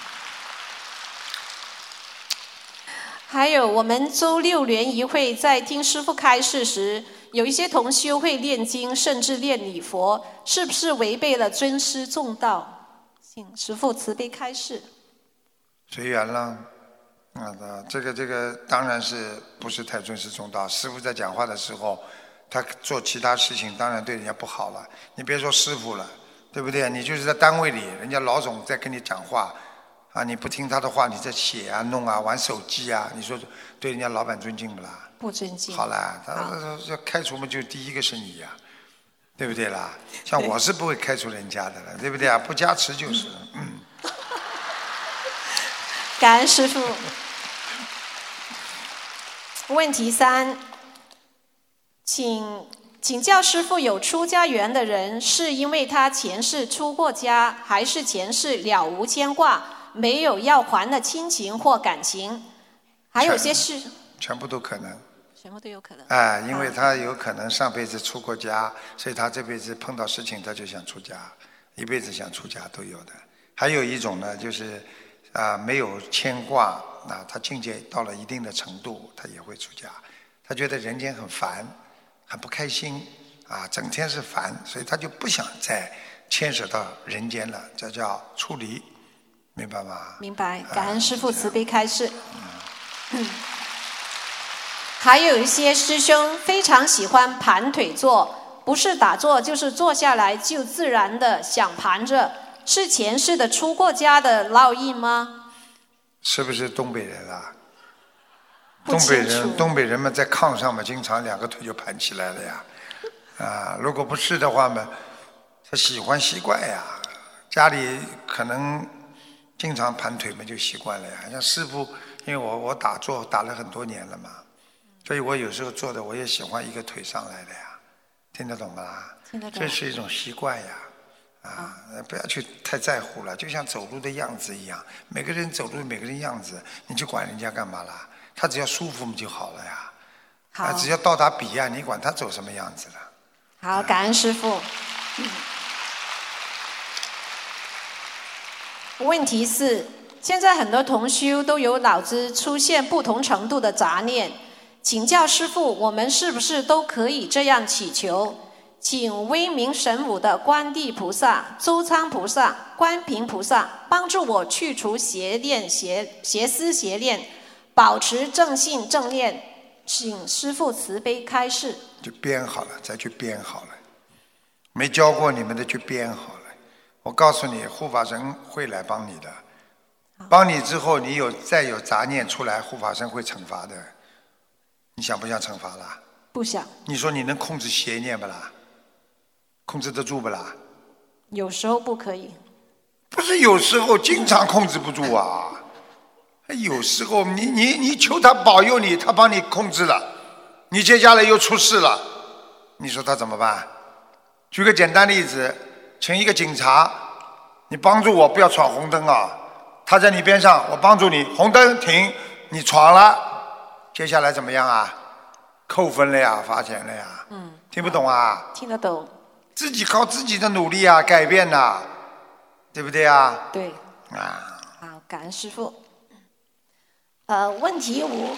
还有，我们周六联谊会在听师父开示时，有一些同修会念经，甚至念礼佛，是不是违背了尊师重道？请师父慈悲开示。 随缘了，啊，这个这个当然是不是太尊师重道。师父在讲话的时候，他做其他事情当然对人家不好了。你别说师父了， 对不对？你就是在单位里，人家老总在跟你讲话，啊，你不听他的话，你在写啊、弄啊、玩手机啊，你说对人家老板尊敬不啦？ 不尊敬。 好啦，他要开除嘛，就第一个是你呀、啊，对不对啦？像我是不会开除人家的了，对不对啊？不加持就是了，嗯。 感恩师父。问题三，请请教师父，有出家缘的人是因为他前世出过家，还是前世了无牵挂，没有要还的亲情或感情？还有些是全部都可能。 什么都有可能。 哎，因为他有可能上辈子出过家，所以他这辈子碰到事情他就想出家，一辈子想出家都有的。还有一种呢，就是啊、呃、没有牵挂，那他境界到了一定的程度，他也会出家。他觉得人间很烦，很不开心啊，整天是烦，所以他就不想再牵扯到人间了，这叫出离，明白吗？ 明白，感恩师父慈悲开示。嗯还有一些师兄非常喜欢盘腿坐，不是打坐就是坐下来就自然的想盘着，是前世的出过家的烙印吗？ 是不是东北人啊？东北人，东北人们在炕上嘛，经常两个腿就盘起来了呀。啊，如果不是的话嘛，他喜欢习惯呀，家里可能经常盘腿嘛，就习惯了呀。像师父，因为我我打坐打了很多年了嘛。所以我有时候做的我也喜欢一个腿上来的呀，听得懂吗？ 听得懂。 这是一种习惯呀，啊，不要去太在乎了，就像走路的样子一样，每个人走路每个人样子，你去管人家干嘛啦？他只要舒服就好了呀。 好。 啊，只要到达彼岸，你管他走什么样子了？ 好，感恩师父。嗯、问题四：现在很多同修都有脑子出现不同程度的杂念。请教师父，我们是不是都可以这样祈求？请威名神武的观地菩萨、周仓菩萨、观平菩萨帮助我去除邪念、邪邪思、邪念，保持正信正念。请师父慈悲开示。 就编好了，再去编好了。没教过你们的就编好了。我告诉你，护法神会来帮你的。帮你之后，你有再有杂念出来，护法神会惩罚的。你想不想惩罚啦？ 不想。你说你能控制邪念不啦？控制得住不啦？ 有时候不可以。 不是有时候，经常控制不住啊。有时候你你你求他保佑你，他帮你控制了，你接下来又出事了，你说他怎么办？举个简单例子，请一个警察，你帮助我不要闯红灯啊。他在你边上，我帮助你，红灯停，你闯了。接下来怎么样啊？扣分了呀，罚钱了呀。嗯。听不懂啊？ 听得懂。 自己靠自己的努力啊，改变呐，对不对啊？ 对。 啊。 好，感恩师父。呃，问题五。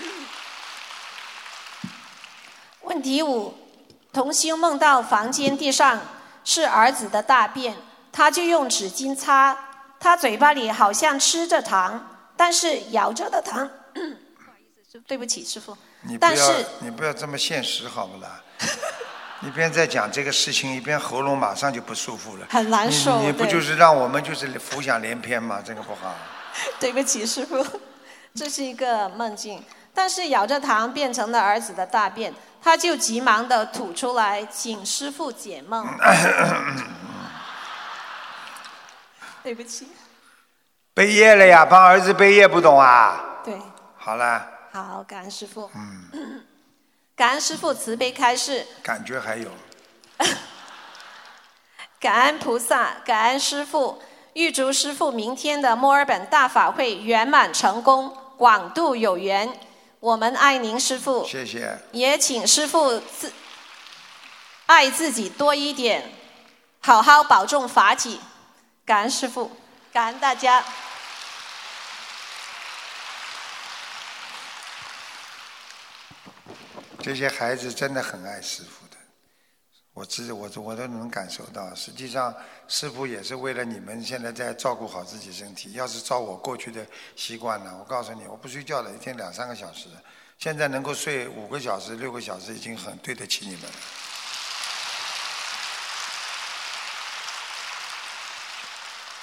问题五，同修梦到房间地上是儿子的大便，他就用纸巾擦，他嘴巴里好像吃着糖，但是咬着的糖。对不起，师父。 你不要，你不要这么现实，好不啦？一边在讲这个事情，一边喉咙马上就不舒服了， 很难受。 你, 你不就是让我们就是浮想联翩吗？这个不好。 对不起，师父，这是一个梦境，但是咬着糖变成了儿子的大便，他就急忙的吐出来，请师父解梦。对不起。 背业了呀，帮儿子背业不懂啊？ 对。 好了。 好，感恩师父。 嗯， 感恩师父慈悲开示。 感觉还有。 感恩菩萨，感恩师父，预祝师父明天的墨尔本大法会圆满成功，广度有缘。我们爱您，师父。 谢谢。 也请师父自爱自己多一点，好好保重法体。感恩师父，感恩大家。 这些孩子真的很爱师父的，我知我我都能感受到。实际上，师父也是为了你们现在在照顾好自己身体。要是照我过去的习惯呢，我告诉你，我不睡觉的，一天两三个小时，现在能够睡五个小时、六个小时，已经很对得起你们了。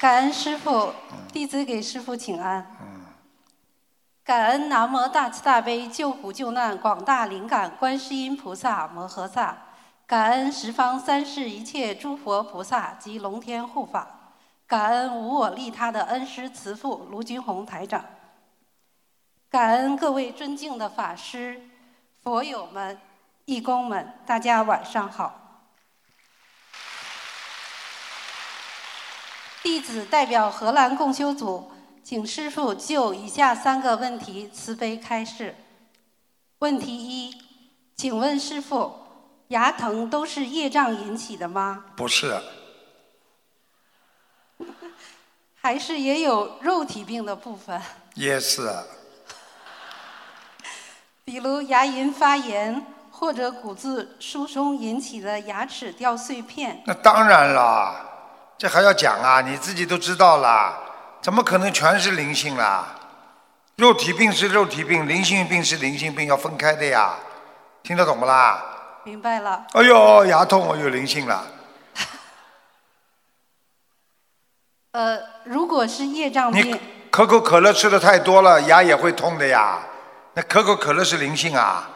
感恩师父，弟子给师父请安。感恩南无大慈大悲救苦救难广大灵感观世音菩萨摩诃萨，感恩十方三世一切诸佛菩萨及龙天护法，感恩无我利他的恩师慈父卢军宏台长，感恩各位尊敬的法师、佛友们、义工们，大家晚上好。弟子代表荷兰共修组，请师父就以下三个问题慈悲开示。问题一，请问师父，牙疼都是业障引起的吗？ 不是。 还是也有肉体病的部分？ 也是。 比如牙龈发炎或者骨质疏松引起的牙齿掉碎片。 那当然了。这还要讲啊？你自己都知道了，怎么可能全是灵性啦？肉体病是肉体病，灵性病是灵性病，要分开的呀。听得懂不啦？ 明白了。 哎呦，牙痛，我有灵性了。 呃，如果是业障病， 你可口可乐吃的太多了，牙也会痛的呀。那可口可乐是灵性啊。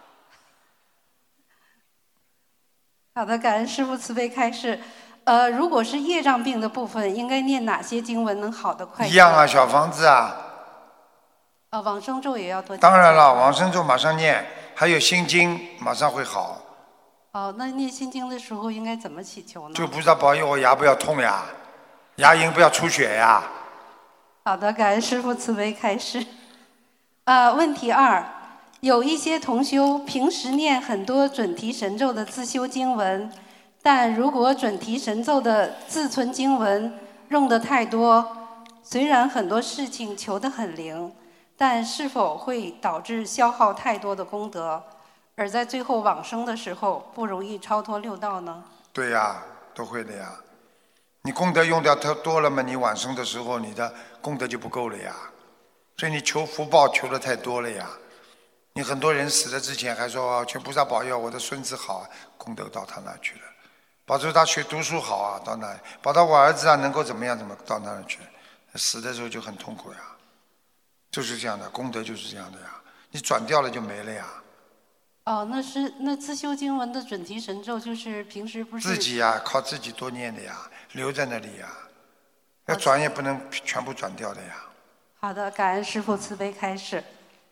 好的，感恩师父慈悲开示。呃，如果是业障病的部分，应该念哪些经文能好得快？ 一样啊，小房子啊。 呃，往生咒也要多。 当然了，往生咒马上念，还有心经马上会好。 哦，那念心经的时候应该怎么祈求呢？ 就菩萨保佑我牙不要痛呀，牙龈不要出血呀。 好的，感恩师父慈悲开示。呃，问题二，有一些同修平时念很多准提神咒的自修经文。但如果准提神咒的自存经文用的太多，虽然很多事情求得很灵，但是否会导致消耗太多的功德，而在最后往生的时候不容易超脱六道呢？ 对呀，都会的呀。你功德用掉太多了嘛，你往生的时候你的功德就不够了呀。所以你求福报求的太多了呀。你很多人死了之前还说求菩萨保佑我的孙子好，功德到他那去了。保证他学读书好啊，到那里；保到我儿子啊能够怎么样，怎么到那里去？死的时候就很痛苦呀，就是这样的，功德就是这样的呀。你转掉了就没了呀。 哦，那是那自修经文的准提神咒，就是平时不是自己呀，靠自己多念的呀，留在那里呀，要转也不能全部转掉的呀。 好的，感恩师父慈悲开示。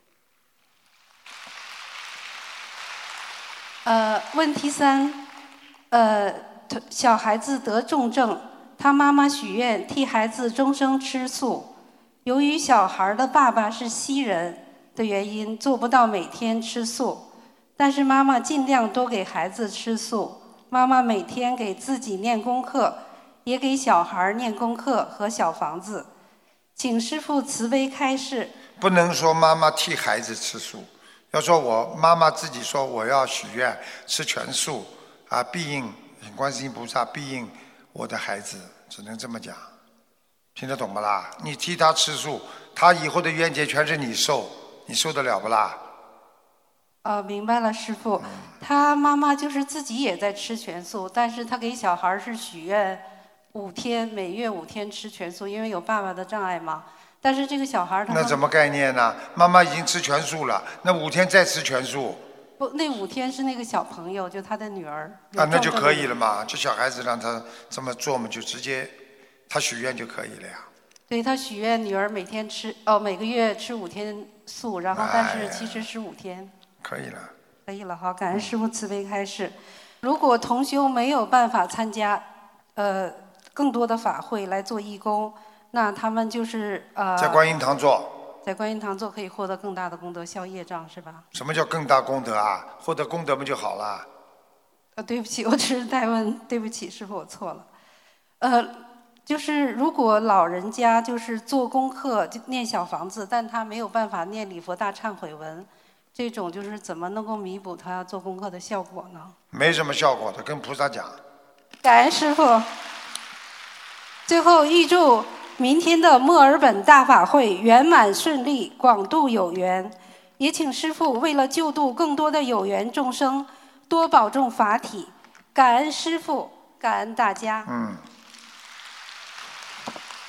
呃，问题三。呃，小孩子得重症，他妈妈许愿替孩子终生吃素。由于小孩的爸爸是西人的原因，做不到每天吃素，但是妈妈尽量多给孩子吃素。妈妈每天给自己念功课，也给小孩念功课和小房子。请师父慈悲开示。 不能说妈妈替孩子吃素，要说我妈妈自己说我要许愿吃全素。啊，必应观世音菩萨必应我的孩子，只能这么讲，听得懂不啦？你替他吃素，他以后的冤结全是你受，你受得了不啦？ 哦，明白了，师父。他妈妈就是自己也在吃全素，但是他给小孩是许愿五天，每月五天吃全素，因为有爸爸的障碍嘛。但是这个小孩他那怎么概念呢？妈妈已经吃全素了，那五天再吃全素。 不，那五天是那个小朋友，就他的女儿。 啊，那就可以了嘛，就小孩子让他这么做嘛，就直接他许愿就可以了呀。 对，他许愿女儿每天吃哦，每个月吃五天素，然后但是其实是五天。哎、 可以了。 可以了，好，感恩师父慈悲开示。如果同修没有办法参加呃更多的法会来做义工，那他们就是呃在观音堂做。 在观音堂做可以获得更大的功德，消业障是吧？ 什么叫更大功德啊？获得功德不就好了？ 呃，对不起，我只是代问，对不起，师父，我错了。呃，就是如果老人家就是做功课念小房子，但他没有办法念礼佛大忏悔文，这种就是怎么能够弥补他做功课的效果呢？ 没什么效果的，跟菩萨讲。 感恩师父。最后预祝明天的墨尔本大法会圆满顺利，广度有缘。也请师父为了救度更多的有缘众生，多保重法体。感恩师父，感恩大家。 嗯。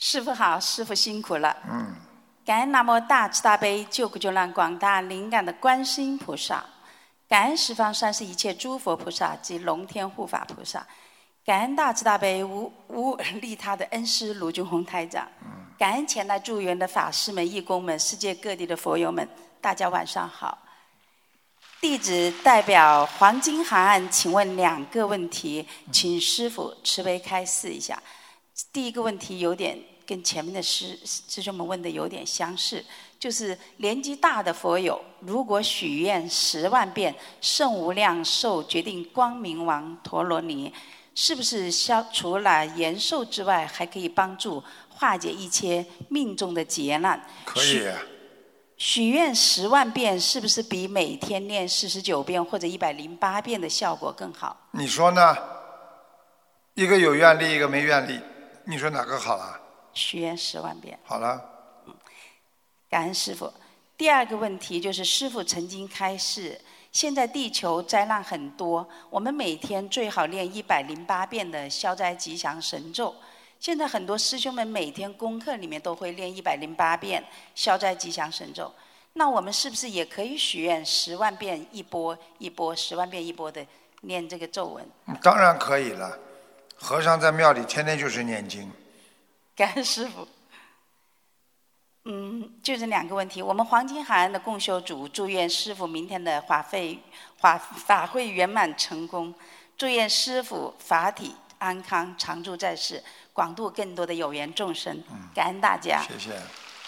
师父好，师父辛苦了。 嗯。 感恩南无大慈大悲救苦救难广大灵感的观世音菩萨，感恩十方三世一切诸佛菩萨及龙天护法菩萨，感恩大慈大悲无无利他的恩师卢俊宏台长，感恩前来助缘的法师们、义工们、世界各地的佛友们，大家晚上好。弟子代表黄金海岸，请问两个问题，请师父慈悲开示一下。第一个问题有点跟前面的师师兄们问的有点相似，就是年纪大的佛友，如果许愿十万遍圣无量寿决定光明王陀罗尼，是不是消除了延寿之外，还可以帮助化解一切命中的劫难？ 可以。 许愿十万遍是不是比每天念四十九遍或者一百零八遍的效果更好？ 你说呢？一个有愿力，一个没愿力，你说哪个好了？ 许愿十万遍。 好了。 嗯，感恩师父。第二个问题就是师父曾经开示，现在地球灾难很多，我们每天最好念一百零八遍的消灾吉祥神咒。现在很多师兄们每天功课里面都会练一百零八遍消灾吉祥神咒，那我们是不是也可以许愿十万遍一波一波，十万遍一波的念这个咒文？ 当然可以了，和尚在庙里天天就是念经。 感恩师父。嗯，就这两个问题。我们黄金海岸的共修组祝愿师父明天的法会法法会圆满成功，祝愿师父法体安康，常驻在世，广度更多的有缘众生。感恩大家。 谢谢。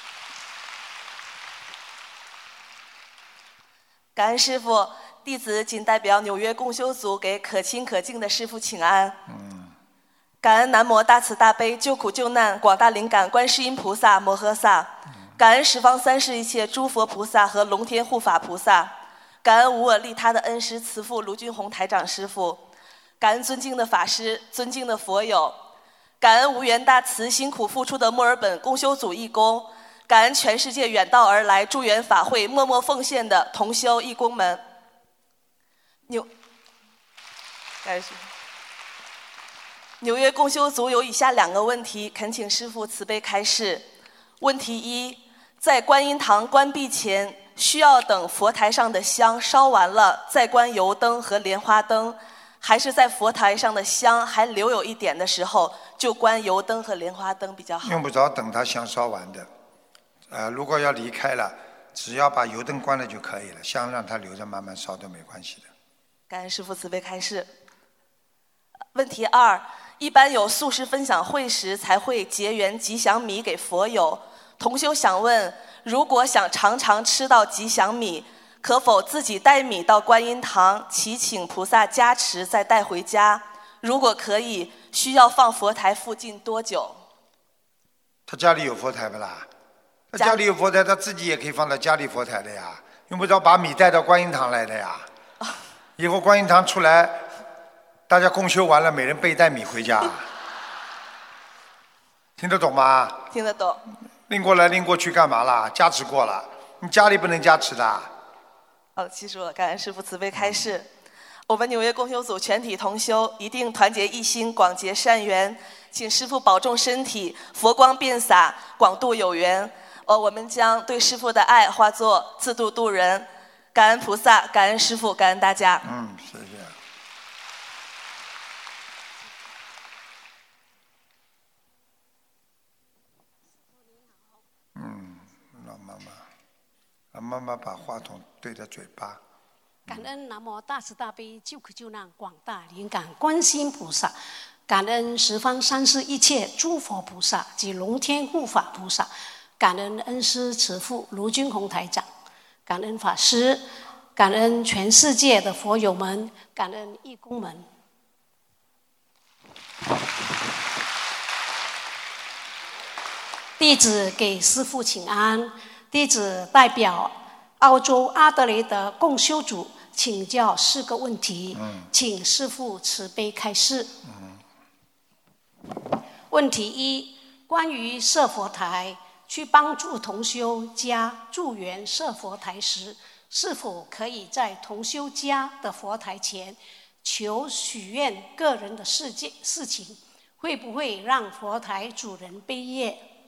感恩师父，弟子仅代表纽约共修组给可亲可敬的师父请安。 嗯。 感恩南无大慈大悲救苦救难广大灵感观世音菩萨摩诃萨，感恩十方三世一切诸佛菩萨和龙天护法菩萨，感恩无我利他的恩师慈父卢俊宏台长师父，感恩尊敬的法师、尊敬的佛友，感恩无缘大慈辛苦付出的墨尔本共修组义工，感恩全世界远道而来助缘法会默默奉献的同修义工们。纽，感恩师父。纽约共修组有以下两个问题，恳请师父慈悲开示。问题一，在观音堂关闭前，需要等佛台上的香烧完了再关油灯和莲花灯，还是在佛台上的香还留有一点的时候就关油灯和莲花灯比较好？ 用不着等它香烧完的，呃，如果要离开了，只要把油灯关了就可以了，香让它留着慢慢烧都没关系的。 感恩师父慈悲开示。问题二，一般有素食分享会时才会结缘吉祥米给佛友，同修想问，如果想常常吃到吉祥米，可否自己带米到观音堂祈请菩萨加持再带回家？如果可以，需要放佛台附近多久？ 他家里有佛台不啦？他家里有佛台，他自己也可以放在家里佛台的呀，用不着把米带到观音堂来的呀。以后观音堂出来，大家共修完了，每人背一袋米回家，听得懂吗？ 听得懂。 拎过来拎过去干嘛啦？加持过了，你家里不能加持的。 好，记住了，感恩师父慈悲开示。我们纽约共修组全体同修一定团结一心，广结善缘，请师父保重身体，佛光遍洒，广度有缘。呃，我们将对师父的爱化作自度度人。感恩菩萨，感恩师父，感恩大家。 嗯，谢谢。嗯，老妈妈，老妈妈把话筒对着嘴巴。 感恩南无大慈大悲救苦救难广大灵感观世音菩萨，感恩十方三世一切诸佛菩萨及龙天护法菩萨，感恩恩师慈父卢军宏台长，感恩法师，感恩全世界的佛友们，感恩义工们。弟子给师父请安，弟子代表澳洲阿德雷德共修组请教四个问题，嗯、请师父慈悲开示。嗯、问题一，关于设佛台，去帮助同修家助缘设佛台时，是否可以在同修家的佛台前求许愿个人的事件事情，会不会让佛台主人悲业？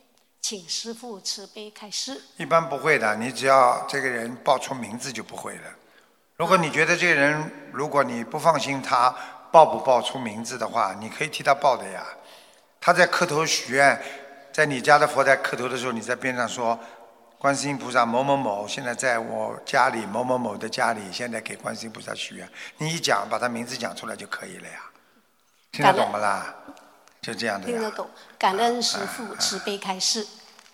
请师父慈悲开示。 一般不会的，你只要这个人报出名字就不会了。如果你觉得这个人，如果你不放心他报不报出名字的话，你可以替他报的呀。他在磕头许愿，在你家的佛台磕头的时候，你在边上说，观世音菩萨某某某现在在我家里某某某的家里，现在给观世音菩萨许愿。你一讲，把他名字讲出来就可以了呀。听得懂不啦？就这样的呀。 听得懂，感恩师父慈悲开示。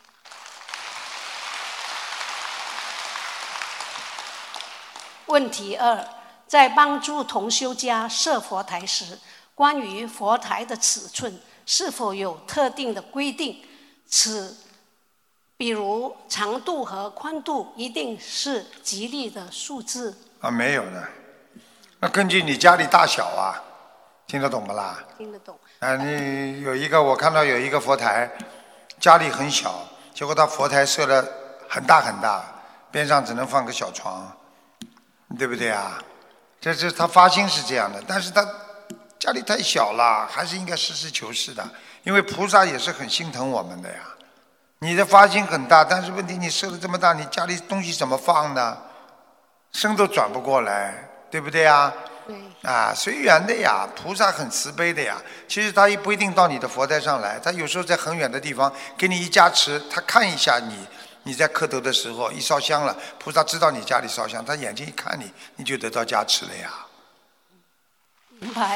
问题二，在帮助同修家设佛台时，关于佛台的尺寸是否有特定的规定？此，比如长度和宽度一定是吉利的数字？ 啊，没有的，那根据你家里大小啊，听得懂不啦？ 听得懂。 啊，你有一个，我看到有一个佛台，家里很小，结果他佛台设了很大很大，边上只能放个小床，对不对啊？这这他发心是这样的，但是他家里太小了，还是应该实事求是的，因为菩萨也是很心疼我们的呀。你的发心很大，但是问题你设的这么大，你家里东西怎么放呢？身都转不过来，对不对呀？ 对。 啊，随缘的呀，菩萨很慈悲的呀。其实他也不一定到你的佛台上来，他有时候在很远的地方给你一加持，他看一下你，你在磕头的时候一烧香了，菩萨知道你家里烧香，他眼睛一看你，你就得到加持了呀。 明白。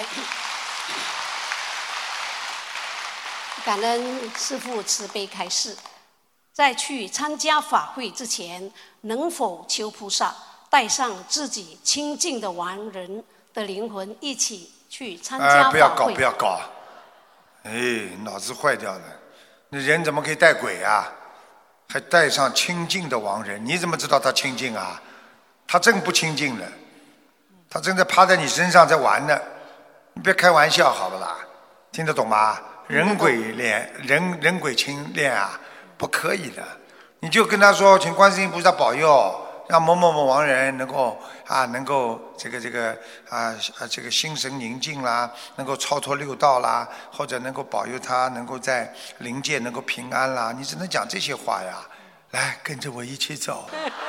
感恩师父慈悲开示。在去参加法会之前，能否求菩萨带上自己亲近的亡人的灵魂一起去参加法会？ 哎，不要搞，不要搞！哎，脑子坏掉了！那人怎么可以带鬼啊？还带上亲近的亡人？你怎么知道他亲近啊？他正不亲近呢，他正在趴在你身上在玩呢。你别开玩笑好不啦？听得懂吗？人鬼恋，人人鬼亲恋啊，不可以的。你就跟他说，请观世音菩萨保佑，让某某某亡人能够啊，能够这个这个啊啊这个心神宁静啦，能够超脱六道啦，或者能够保佑他能够在灵界能够平安啦。你只能讲这些话呀。来，跟着我一起走。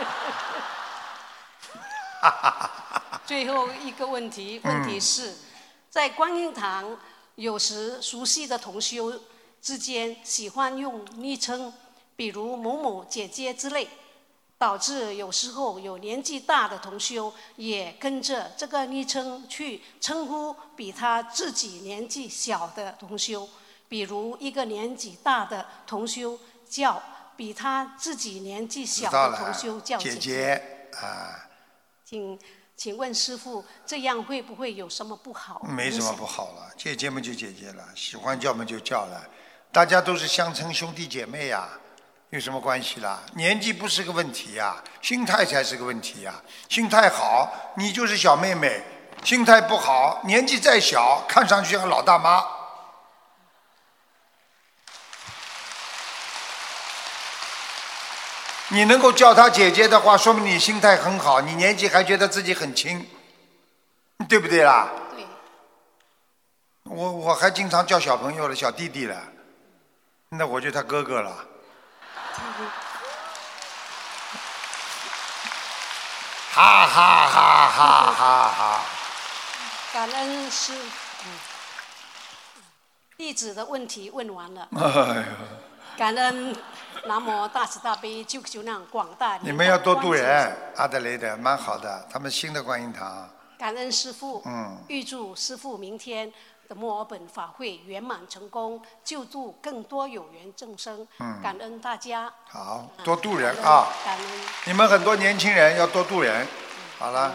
最后一个问题，问题是，嗯、在观音堂，有时熟悉的同修之间喜欢用昵称，比如某某姐姐之类，导致有时候有年纪大的同修也跟着这个昵称去称呼比他自己年纪小的同修，比如一个年纪大的同修叫比他自己年纪小的同修叫姐姐。 姐姐啊， 请请问师父，这样会不会有什么不好？ 没什么不好了，姐姐们就姐姐了，喜欢叫嘛就叫了，大家都是相称兄弟姐妹呀，有什么关系啦？年纪不是个问题呀，心态才是个问题呀。心态好，你就是小妹妹；心态不好，年纪再小，看上去像老大妈。你能够叫她姐姐的话，说明你心态很好，你年纪还觉得自己很轻，对不对啦？ 对。 我我还经常叫小朋友了，小弟弟了，那我就他哥哥了。哈哈哈哈哈哈！ 感恩师，嗯，弟子的问题问完了。 哎呦！ 感恩南无大慈大悲救苦救难广大。 你们要多度人，阿德雷的蛮好的，他们新的观音堂。 感恩师父， 嗯， 预祝师父明天的墨尔本法会圆满成功，救度更多有缘众生。 嗯， 感恩大家。 好多度人啊！ 感恩。 你们很多年轻人要多度人。好了。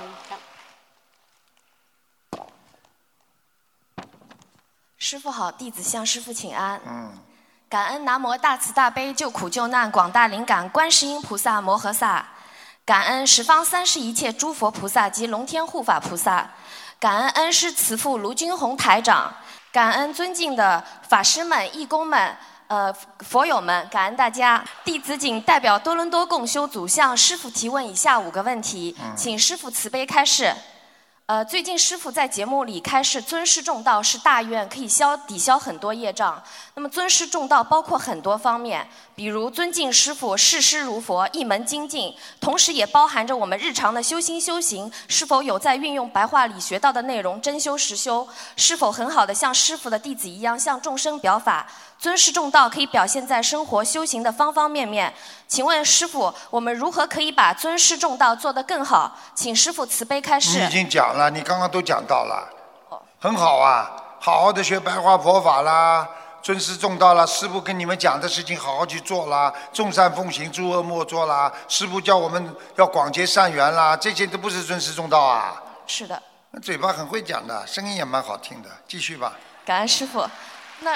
师父好，弟子向师父请安。 嗯。 感恩南无大慈大悲救苦救难广大灵感观世音菩萨摩诃萨，感恩十方三世一切诸佛菩萨及龙天护法菩萨，感恩恩师慈父卢军宏台长，感恩尊敬的法师们、义工们、呃佛友们，感恩大家。弟子谨代表多伦多共修组向师父提问以下五个问题，请师父慈悲开示。呃，最近师父在节目里开示尊师重道是大愿，可以消抵消很多业障。那么尊师重道包括很多方面， 比如尊敬师父、视师如佛、一门精进，同时也包含着我们日常的修心修行，是否有在运用白话里学到的内容真修实修？是否很好的像师父的弟子一样向众生表法？尊师重道可以表现在生活修行的方方面面。请问师父，我们如何可以把尊师重道做得更好？请师父慈悲开示。 你已经讲了，你刚刚都讲到了，很好啊，好好的学白话佛法啦，尊师重道啦，师父跟你们讲的事情好好去做啦，众善奉行，诸恶莫作啦，师父叫我们要广结善缘啦，这些都不是尊师重道啊。 是的。 嘴巴很会讲的，声音也蛮好听的，继续吧。 感恩师父。那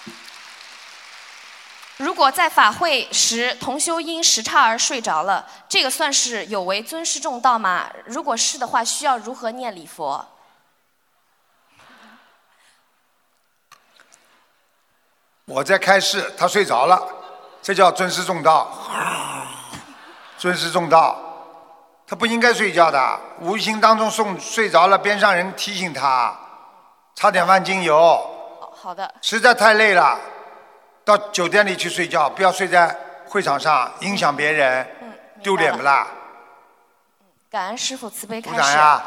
如果在法会时同修因时差而睡着了，这个算是有违尊师重道吗？如果是的话，需要如何念礼佛？ 我在开示，他睡着了，这叫尊师重道。尊师重道，他不应该睡觉的，无形当中送睡着了，边上人提醒他，擦点万金油。 好的。 实在太累了，到酒店里去睡觉，不要睡在会场上，影响别人， 嗯、 丢脸不啦？ 感恩师父慈悲开示。 鼓掌呀！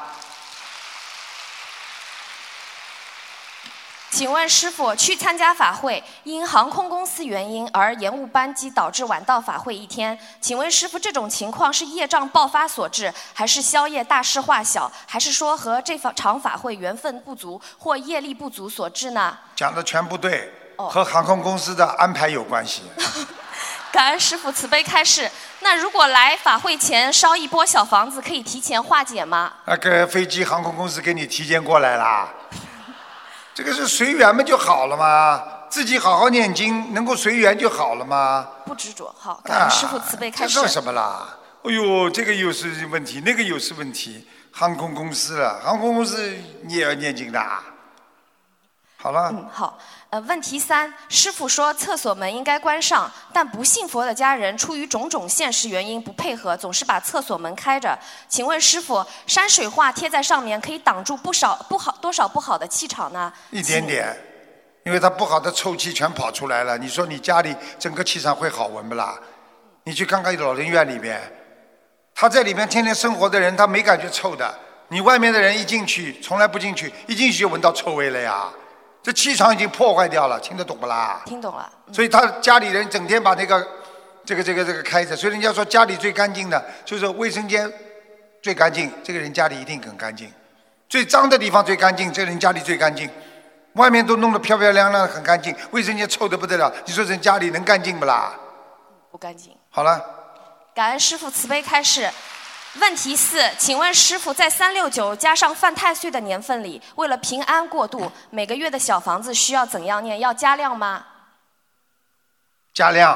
请问师父，去参加法会，因航空公司原因而延误班机，导致晚到法会一天。请问师父，这种情况是业障爆发所致，还是宵夜大事化小，还是说和这场法会缘分不足或业力不足所致呢？ 讲的全不对， 哦、 和航空公司的安排有关系。 感恩师父慈悲开示。那如果来法会前烧一波小房子，可以提前化解吗？ 那个飞机航空公司给你提前过来啦。这个是随缘嘛就好了嘛，自己好好念经，能够随缘就好了嘛。 不执着，好，感恩师父慈悲开示。 这算什么啦？哎呦，这个又是问题，那个又是问题。航空公司了，航空公司你也要念经的啊。好了。 嗯，好。呃，问题三，师父说厕所门应该关上，但不信佛的家人出于种种现实原因不配合，总是把厕所门开着。请问师父，山水画贴在上面可以挡住不少不好多少不好的气场呢？ 一点点，因为它不好的臭气全跑出来了。你说你家里整个气场会好闻不啦？你去看看老人院里边，他在里面天天生活的人，他没感觉臭的。你外面的人一进去，从来不进去，一进去就闻到臭味了呀。这气场已经破坏掉了，听得懂不啦？ 听懂了。 嗯、所以他家里人整天把那个这个这个这个开着，所以人家说家里最干净的就是卫生间最干净，这个人家里一定很干净。最脏的地方最干净，这个人家里最干净。外面都弄得漂漂亮亮很干净，卫生间臭得不得了，你说人家里能干净不啦？ 不干净。 好了。 感恩师父慈悲开示。问题四，请问师父，在三六九加上犯太岁的年份里，为了平安过渡，每个月的小房子需要怎样念？要加量吗？ 加量，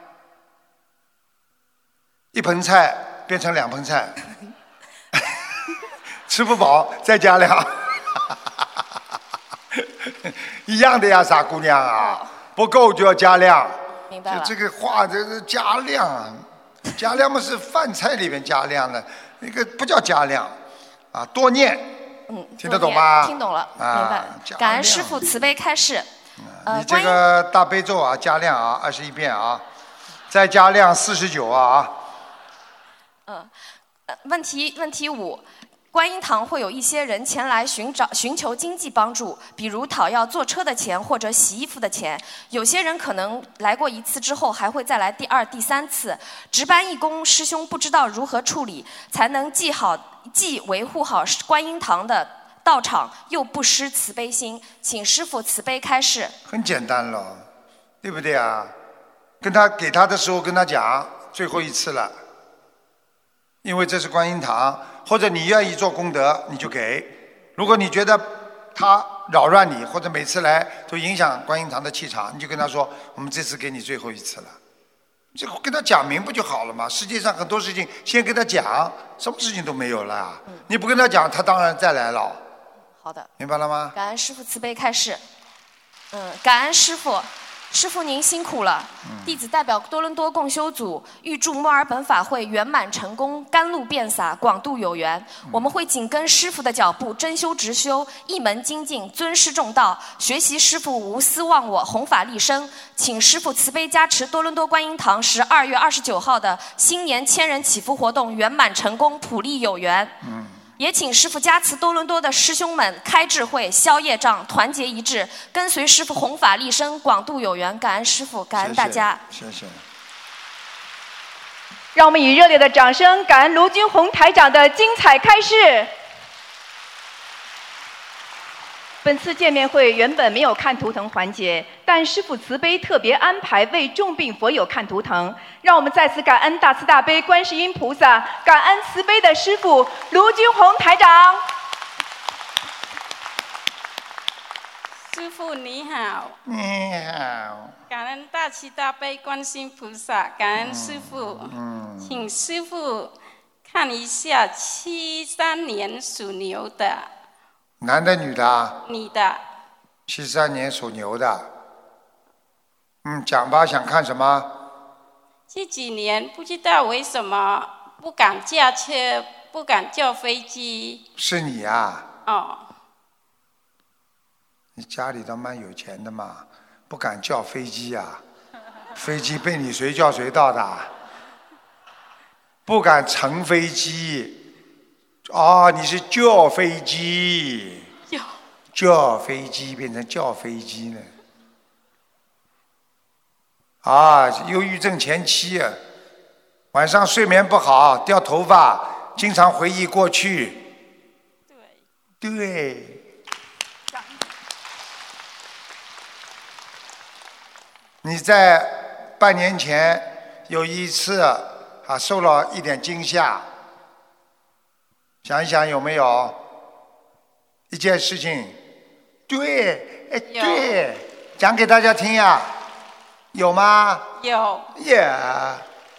一盆菜变成两盆菜，吃不饱再加量，一样的呀，傻姑娘啊，不够就要加量。 明白了。 这个话，这是加量啊。加量嘛是饭菜里面加量的，那个不叫加量，啊，多念， 嗯， 听得懂吗？ 听懂了， 啊、 明白。感恩师父慈悲开示。 呃、你这个大悲咒啊，加量啊，二十一遍啊，再加量四十九啊。 嗯、呃，问题问题五。观音堂会有一些人前来寻找寻求经济帮助，比如讨要坐车的钱或者洗衣服的钱。有些人可能来过一次之后还会再来第二、第三次。值班义工师兄不知道如何处理，才能既好既维护好观音堂的道场，又不失慈悲心。请师父慈悲开示。 很简单了，对不对啊？跟他给他的时候跟他讲，最后一次了，因为这是观音堂。或者你愿意做功德，你就给。如果你觉得他扰乱你，或者每次来都影响观音堂的气场，你就跟他说：“我们这次给你最后一次了。”这个跟他讲明不就好了吗？世界上很多事情先跟他讲，什么事情都没有了。嗯、你不跟他讲，他当然再来了。 好的， 明白了吗？ 感恩师父慈悲开示。嗯，感恩师父。 师父您辛苦了。弟子代表多伦多共修组，预祝墨尔本法会圆满成功，甘露遍洒，广度有缘。我们会紧跟师父的脚步，真修直修，一门精进，尊师重道，学习师父无私忘我，弘法利生。请师父慈悲加持多伦多观音堂十二月二十九号的新年千人祈福活动圆满成功，普利有缘。 嗯。 也请师父加持多伦多的师兄们开智慧、消业障、团结一致，跟随师父弘法利生，广度有缘。感恩师父，感恩大家。 谢谢。谢谢让我们以热烈的掌声，感恩卢军红台长的精彩开示。本次见面会原本没有看图腾环节，但师父慈悲特别安排为重病佛友看图腾，让我们再次感恩大慈大悲观世音菩萨，感恩慈悲的师父卢军红台长。 师父你好。 你好。 感恩大慈大悲观世音菩萨，感恩师父。 嗯。 请师父看一下七三年属牛的。 男的女的啊？ 女的。 七三年属牛的。嗯，讲吧，想看什么？ 这几年不知道为什么不敢驾车，不敢坐飞机。 是你啊？ 哦。 你家里倒蛮有钱的嘛，不敢叫飞机啊？飞机被你随叫随到的。不敢乘飞机。哦，你是坐飞机，坐飞机变成叫飞机了。啊，忧郁症前期，晚上睡眠不好，掉头发，经常回忆过去。对。对。你在半年前有一次啊，受了一点惊吓。想一想有没有一件事情？对，哎，对，讲给大家听呀，有吗？ 有。 耶、yeah ，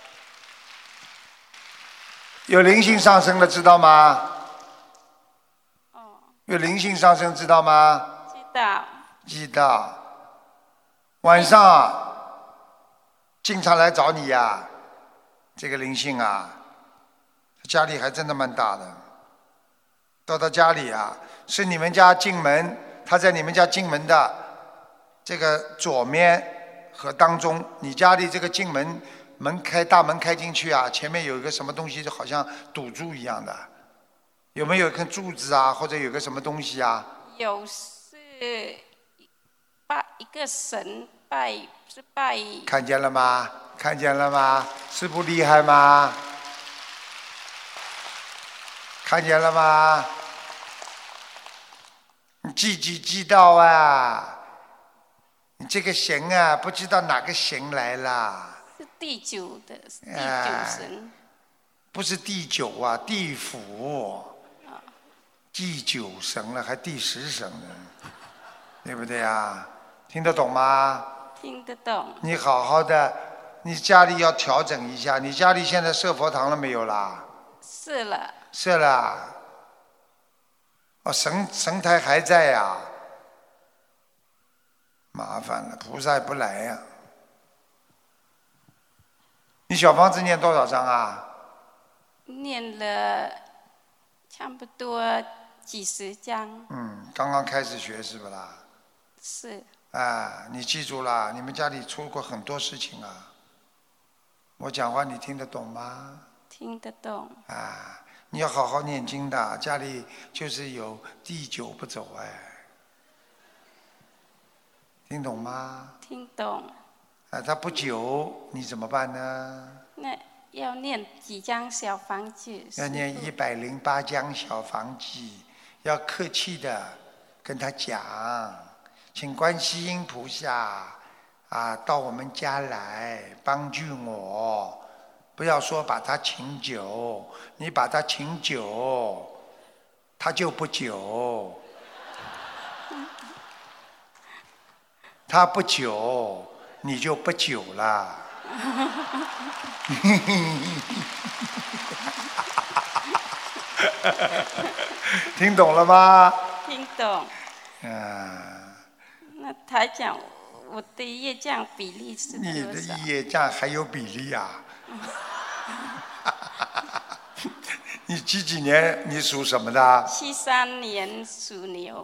有灵性上升了，知道吗？哦。有灵性上升，知道吗？ 知道。 知道。晚上经常来找你呀，这个灵性啊，家里还真的蛮大的。到他家里啊，是你们家进门，他在你们家进门的这个左面和当中，你家里这个进门门开大门开进去啊，前面有一个什么东西，就好像堵住一样的，有没有一根柱子啊，或者有个什么东西啊？ 有是拜一个神拜是拜。 看见了吗？看见了吗？是不厉害吗？看见了吗？你记记记到啊！你这个神啊，不知道哪个神来了。 是第九的，第九神。 不是第九啊，地府。第九神了，还第十神呢，对不对啊？听得懂吗？ 听得懂。 你好好的，你家里要调整一下。你家里现在设佛堂了没有啦？ 是了。 是啦。哦，神神台还在呀、啊，麻烦了，菩萨不来呀、啊。你小房子念多少章啊？ 念了差不多几十章。 嗯，刚刚开始学是不啦？ 是。 啊，你记住了，你们家里出过很多事情啊。我讲话你听得懂吗？ 听得懂。 啊。你要好好念经的，家里就是有地久不走哎，听懂吗？ 听懂。 啊，他不久，你怎么办呢？ 那要念几张小房子？ 要念一百零八张小房子，要客气的跟他讲，请观世音菩萨啊到我们家来帮助我。不要说把他请酒，你把他请酒，他就不久。他不久，你就不久了。听懂了吗？ 听懂。 啊。 那台长， 我的业障比例是多少？ 你的业障还有比例啊？你几几年？你属什么的？ 七三年属牛。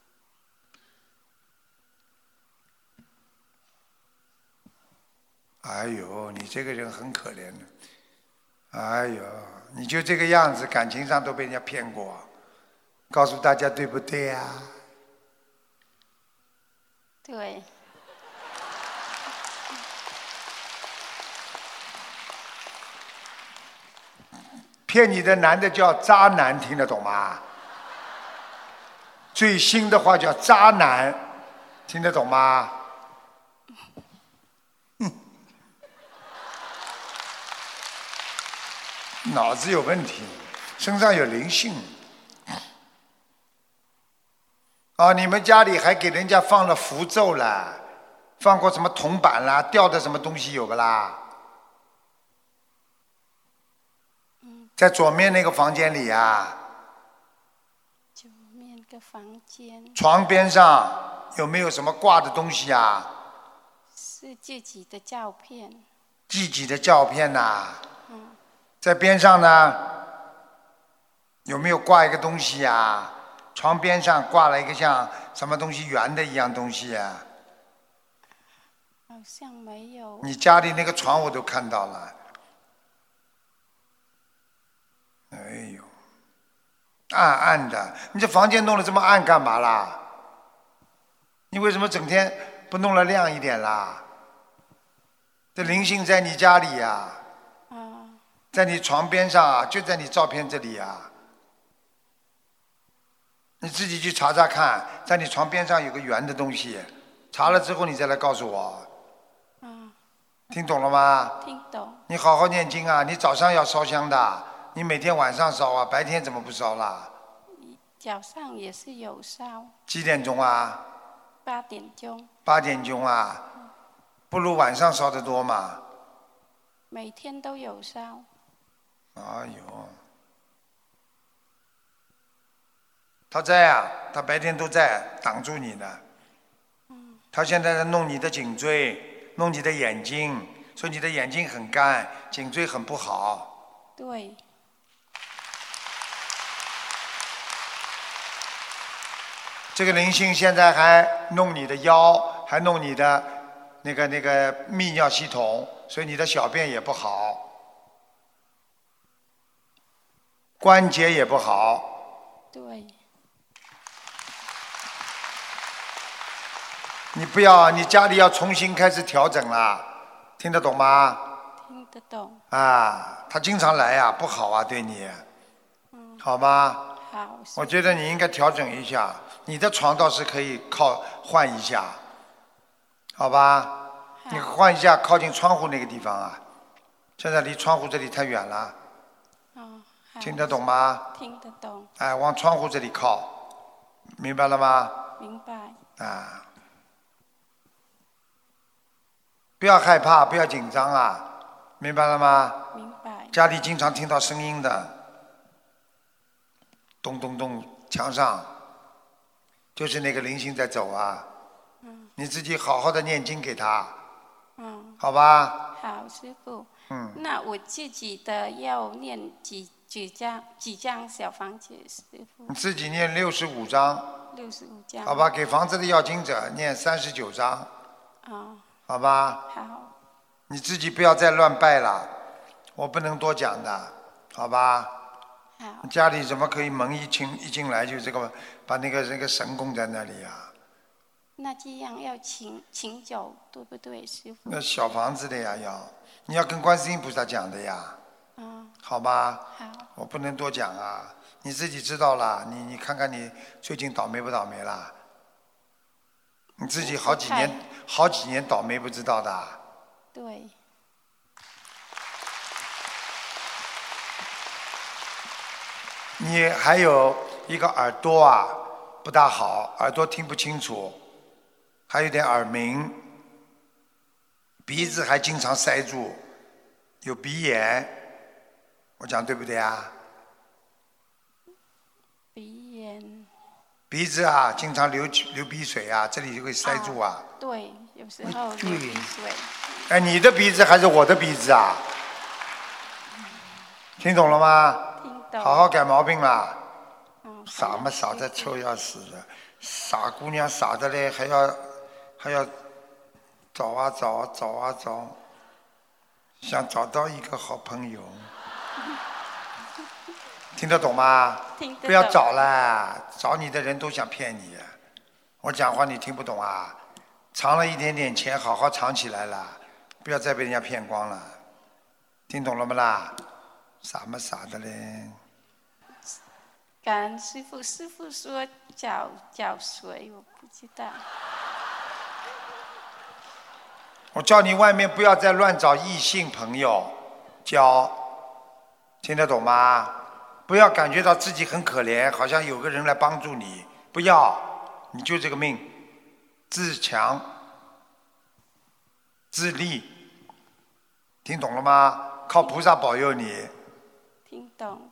哎呦，你这个人很可怜的。哎呦，你就这个样子，感情上都被人家骗过，告诉大家对不对呀、啊？ 对。 骗你的男的叫渣男，听得懂吗？最新的话叫渣男，听得懂吗？脑子有问题，身上有灵性。啊，你们家里还给人家放了符咒了，放过什么铜板啦，掉的什么东西有不啦？在左面那个房间里啊。 左面个房间。 床边上有没有什么挂的东西啊？ 是自己的照片。 自己的照片呐、啊。 嗯。 在边上呢，有没有挂一个东西啊？床边上挂了一个像什么东西圆的一样东西啊？ 好像没有。 你家里那个床我都看到了。哎呦，暗暗的，你这房间弄得这么暗干嘛啦？你为什么整天不弄了亮一点啦？这灵性在你家里呀、啊。在你床边上啊，就在你照片这里啊。你自己去查查看，在你床边上有个圆的东西，查了之后你再来告诉我。 嗯。 听懂了吗？ 听懂。 你好好念经啊！你早上要烧香的，你每天晚上烧啊，白天怎么不烧啦？ 早上也是有烧。 几点钟啊？ 八点钟。 八点钟啊，不如晚上烧得多嘛。 每天都有烧。 哎呦，他在啊，他白天都在挡住你的。他现在在弄你的颈椎，弄你的眼睛，说你的眼睛很干，颈椎很不好。 对。 这个灵性现在还弄你的腰，还弄你的那个那个泌尿系统，所以你的小便也不好。关节也不好。 对。 你不要，你家里要重新开始调整啦，听得懂吗？ 听得懂。 啊，他经常来呀、啊，不好啊，对你。嗯。好吗？ 好。 我觉得你应该调整一下，你的床倒是可以靠换一下，好吧？你换一下，靠近窗户那个地方啊，现在离窗户这里太远了。听得懂吗？ 听得懂。 哎，往窗户这里靠，明白了吗？ 明白。 啊，不要害怕，不要紧张啊，明白了吗？ 明白。 家里经常听到声音的，咚咚咚，墙上，就是那个灵性在走啊。嗯。你自己好好的念经给他。 嗯。 好吧。 好，师父。 嗯。 那我自己的要念几？几张几张小房子，师父？ 你自己念六十五章。 六十五张。 好吧，给房子的要经者念三十九章。 啊、哦。 好吧。 好。 你自己不要再乱拜了，我不能多讲的，好吧？ 好。 家里怎么可以门一进一进来就这个把那个那个神供在那里啊？ 那这样要请请走，对不对，师父？ 那小房子的呀，要你要跟观世音菩萨讲的呀。 嗯。 好吧。 好。 我不能多讲啊，你自己知道了。你你看看你最近倒霉不倒霉啦？你自己好几年好几年倒霉不知道的。 对。 你还有一个耳朵啊不大好，耳朵听不清楚，还有点耳鸣，鼻子还经常塞住，有鼻炎。我讲对不对啊？ 鼻炎。 鼻子啊，经常流流鼻水啊，这里就会塞住啊。 啊对， 有时候流鼻水。 哎，你的鼻子还是我的鼻子啊？听懂了吗？ 听懂。 好好改毛病啦。傻嘛傻的臭要死的，傻姑娘傻的嘞，还要还要找啊找啊找啊找，想找到一个好朋友。听得懂吗？ 听得懂。 不要找了，找你的人都想骗你。我讲话你听不懂啊？藏了一点点钱，好好藏起来了，不要再被人家骗光了。听懂了吗啦？傻嘛傻的嘞。 感恩师父，师父说找找谁，我不知道。 我叫你外面不要再乱找异性朋友交，听得懂吗？不要感觉到自己很可怜，好像有个人来帮助你，不要，你就这个命，自强自立，听懂了吗？靠菩萨保佑你。 听懂。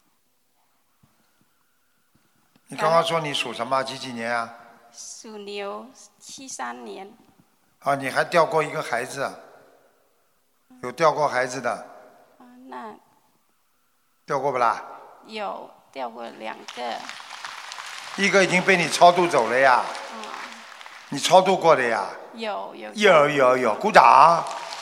你刚刚说你属什么？几几年啊？ 属牛，七三年。 啊，你还掉过一个孩子，有掉过孩子的？ 啊，那掉过不啦？ 有掉过两个。 一个已经被你超度走了呀。 嗯。 你超度过的呀？ 有有。 有有有，鼓掌。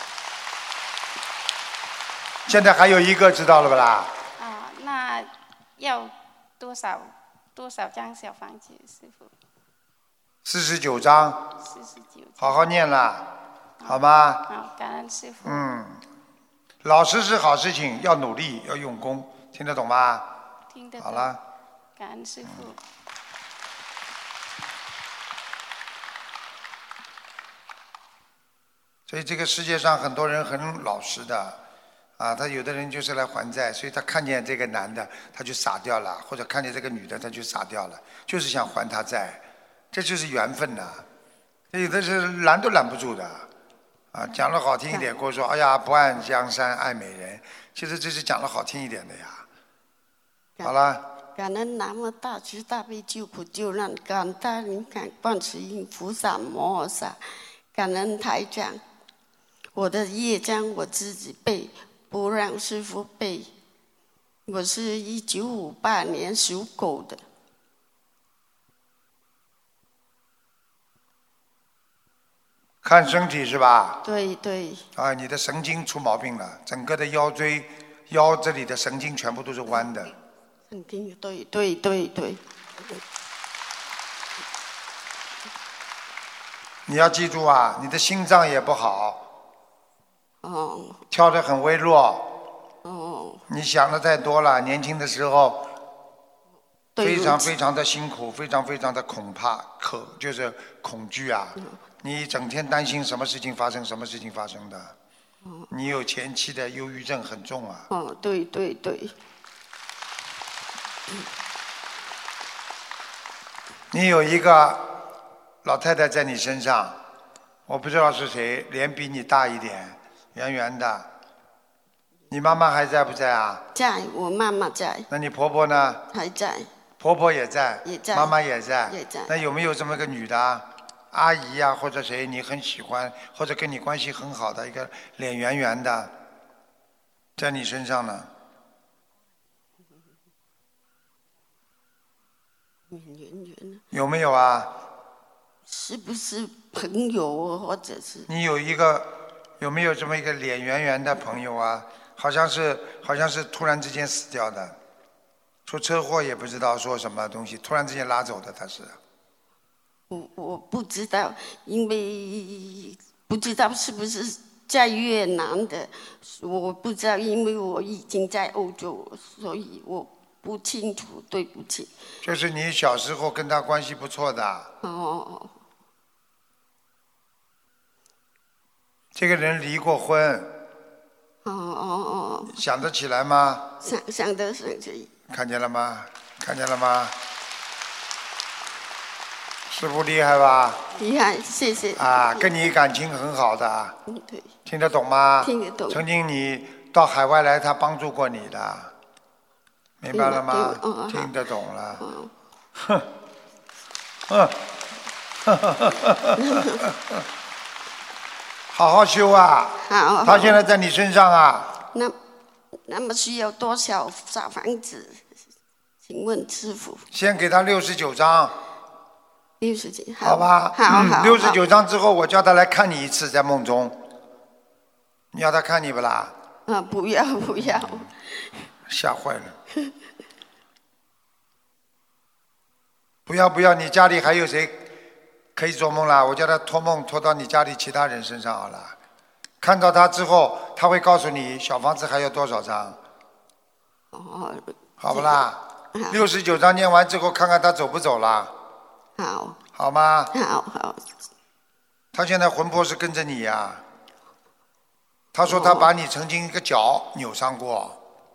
现在还有一个，知道了不啦？ 啊，那要多少？多少张小房子，师父？ 四十九张。 四十九。 好好念了，好吗？ 好，感恩师父。 嗯，老实是好事情，要努力，要用功，听得懂吗？ 听得懂。 好了。 感恩师父。 所以这个世界上很多人很老实的。啊，他有的人就是来还债，所以他看见这个男的他就傻掉了，或者看见这个女的他就傻掉了，就是想还他债，这就是缘分呐、啊。有的是拦都拦不住的，啊，讲了好听一点，跟我说，哎呀，不爱江山爱美人，其实这是讲了好听一点的呀。好了。 感恩南无大慈大悲救苦救难广大灵感观世音菩萨摩诃萨，感恩台长，我的业障我自己背。不让师父背。我是一九五八年属狗的。 看身体是吧？ 对对。 啊，你的神经出毛病了，整个的腰椎、腰这里的神经全部都是弯的。 神经对对对对。 你要记住啊，你的心脏也不好。 哦。 跳得很微弱。 哦。 你想的太多了，年轻的时候非常非常的辛苦，非常非常的恐怕，可就是恐惧啊。嗯、你整天担心什么事情发生，什么事情发生的。哦、你有前期的忧郁症很重啊。 哦，对对对。嗯、 你有一个老太太在你身上，我不知道是谁，脸比你大一点。圆圆的，你妈妈还在不在啊？ 在，我妈妈在。 那你婆婆呢？ 还在。 婆婆也在。 也在。 妈妈也在。 也在。 那有没有这么个女的，阿姨呀、啊，或者谁你很喜欢，或者跟你关系很好的一个脸圆圆的，在你身上呢？ 脸圆圆的。 有没有啊？ 是不是朋友或者是？ 你有一个。有没有这么一个脸圆圆的朋友啊？好像是，好像是突然之间死掉的，出车祸也不知道说什么东西，突然之间拉走的，他是。 我我不知道，因为不知道是不是在越南的，我不知道，因为我已经在欧洲，所以我不清楚，对不起。 就是你小时候跟他关系不错的。 哦。 这个人离过婚。 哦哦哦。 想得起来吗？ 想想得想起。 看见了吗？看见了吗？师父厉害吧？ 厉害，谢谢。 啊，跟你感情很好的。 嗯，对。 听得懂吗？ 听得懂。 曾经你到海外来，他帮助过你的，明白了吗？ 嗯、 听得懂了。 嗯。 哼。哼。 好好修啊。 好。 他现在在你身上啊。 那那么需要多少小房子？请问师傅。 先给他六十九张。 六十几， 好吧。 好好。 六十九张之后，我叫他来看你一次，在梦中。你要他看你不啦？ 啊，不要不要。 吓坏了。不要不要，你家里还有谁可以做梦啦？我叫他托梦托到你家里其他人身上好了。看到他之后，他会告诉你小房子还有多少张。 哦。 好不啦？六十九章念完之后，看看他走不走啦。 好。 好吗？ 好好。 他现在魂魄是跟着你呀、啊。他说他把你曾经一个脚扭伤过。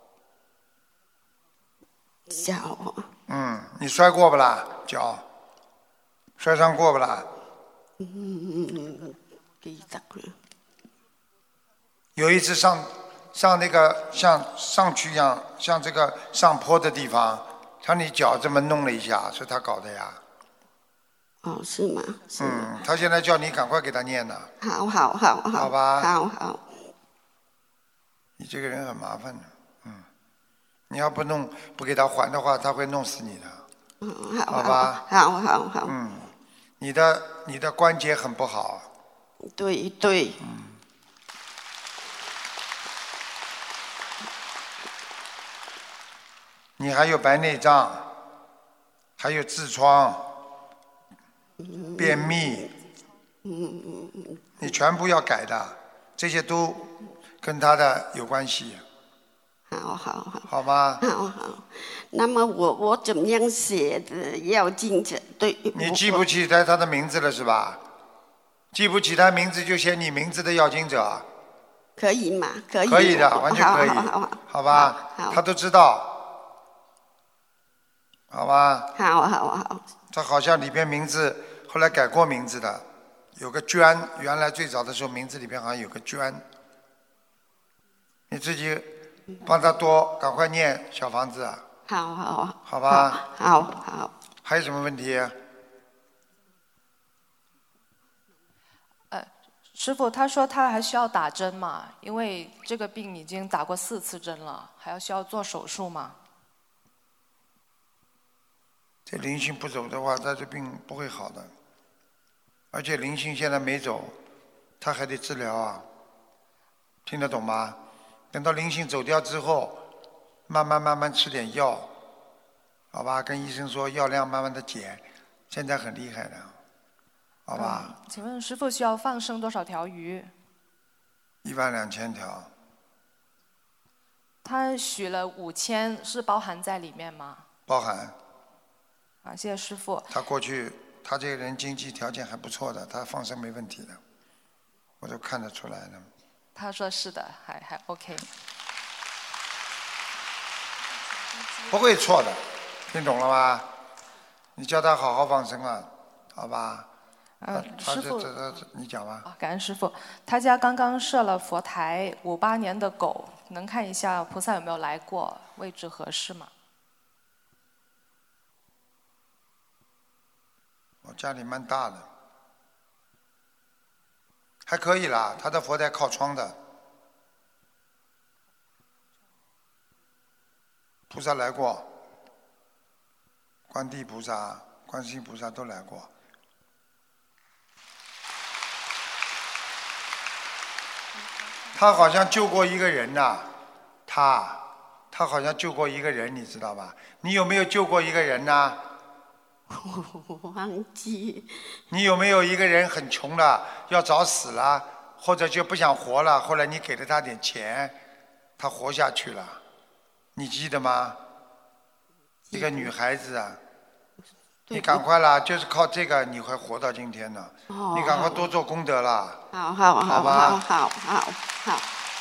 脚。 嗯，你摔过不啦？脚摔伤过不啦？ 嗯嗯嗯，记得了。 有一次上上那个像上去一样，像这个上坡的地方，让你脚这么弄了一下，是他搞的呀。 哦，是吗？是吗嗯，他现在叫你赶快给他念呢。 好好好好。 好吧。 好好。 你这个人很麻烦的，嗯，你要不弄不给他还的话，他会弄死你的。 嗯，好。 好吧。 好好好。 嗯，你的你的关节很不好。 对对。 嗯。你还有白内障，还有痔疮、便秘，你全部要改的，这些都跟他的有关系。 好好好。 好吗？ 好好。那么我我怎么样写的要经者？对。 你记不起来他的名字了是吧？记不起他名字就写你名字的要经者。 可以吗？可以。 可以的，完全可以。 好好好。 好吧。 好。 他都知道。好吧。 好好好。 他好像里边名字后来改过名字的，有个娟，原来最早的时候名字里边好像有个娟。你自己帮他多赶快念小房子。 好好。 好吧。 好好。 还有什么问题？ 呃，师傅，他说他还需要打针嘛？因为这个病已经打过四次针了，还要需要做手术吗？ 这灵性不走的话，他这病不会好的。而且灵性现在没走，他还得治疗啊。听得懂吗？等到灵性走掉之后，慢慢慢慢吃点药，好吧？跟医生说药量慢慢的减，现在很厉害的，好吧？ 嗯、请问师傅需要放生多少条鱼？ 一万两千条。 他许了五千，是包含在里面吗？ 包含。 啊，谢谢师傅。 他过去，他这个人经济条件还不错的，他放生没问题的，我都看得出来的。 他说是的，还还 OK。 不会错的，听懂了吗？你叫他好好放生啊，好吧？ 嗯，师傅， 你讲吧。 感恩师傅，他家刚刚设了佛台，五八年的狗，能看一下菩萨有没有来过，位置合适吗？ 我家里蛮大的，还可以啦。他的佛台靠窗的，菩萨来过，观地菩萨、观世音菩萨都来过。他好像救过一个人呐、啊，他，他好像救过一个人，你知道吧？你有没有救过一个人呢？ 我忘记。 你有没有一个人很穷了，要早死了，或者就不想活了，后来你给了他点钱，他活下去了，你记得吗？一个女孩子啊，你赶快啦，就是靠这个你会活到今天呢。 哦、 你赶快多做功德啦。 好好好好吧， 好好好。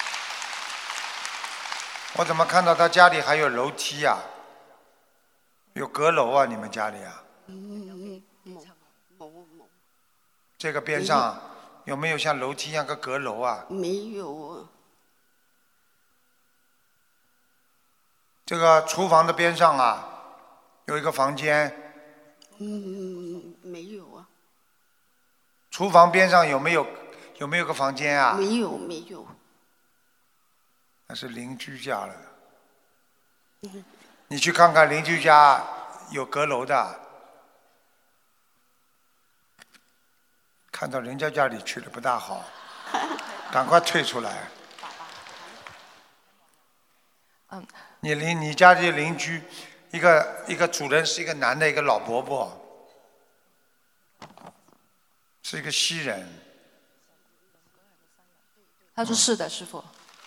我怎么看到他家里还有楼梯啊？有阁楼啊？你们家里啊？ 嗯，某某某。 这个边上有没有像楼梯一样个阁楼啊？ 没有啊。 这个厨房的边上啊，有一个房间。 嗯，没有啊。 厨房边上有没有有没有个房间啊？ 没有没有。 那是邻居家了。你去看看邻居家有阁楼的，看到人家家里去了不大好，赶快退出来。 嗯， 你邻你家的邻居，一个一个主人是一个男的，一个老伯伯，是一个西人。 他说是的，师父。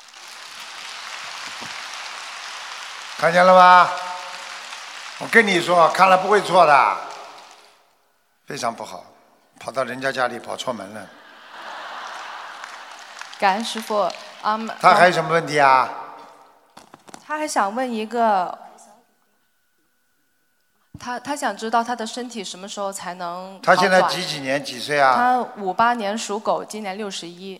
看见了吗？我跟你说，看了不会错的，非常不好，跑到人家家里跑错门了。 感恩师父。嗯， 他还有什么问题啊？ 他还想问一个，他他想知道他的身体什么时候才能好转？ 他现在几几年几岁啊？ 他五八年属狗，今年六十一。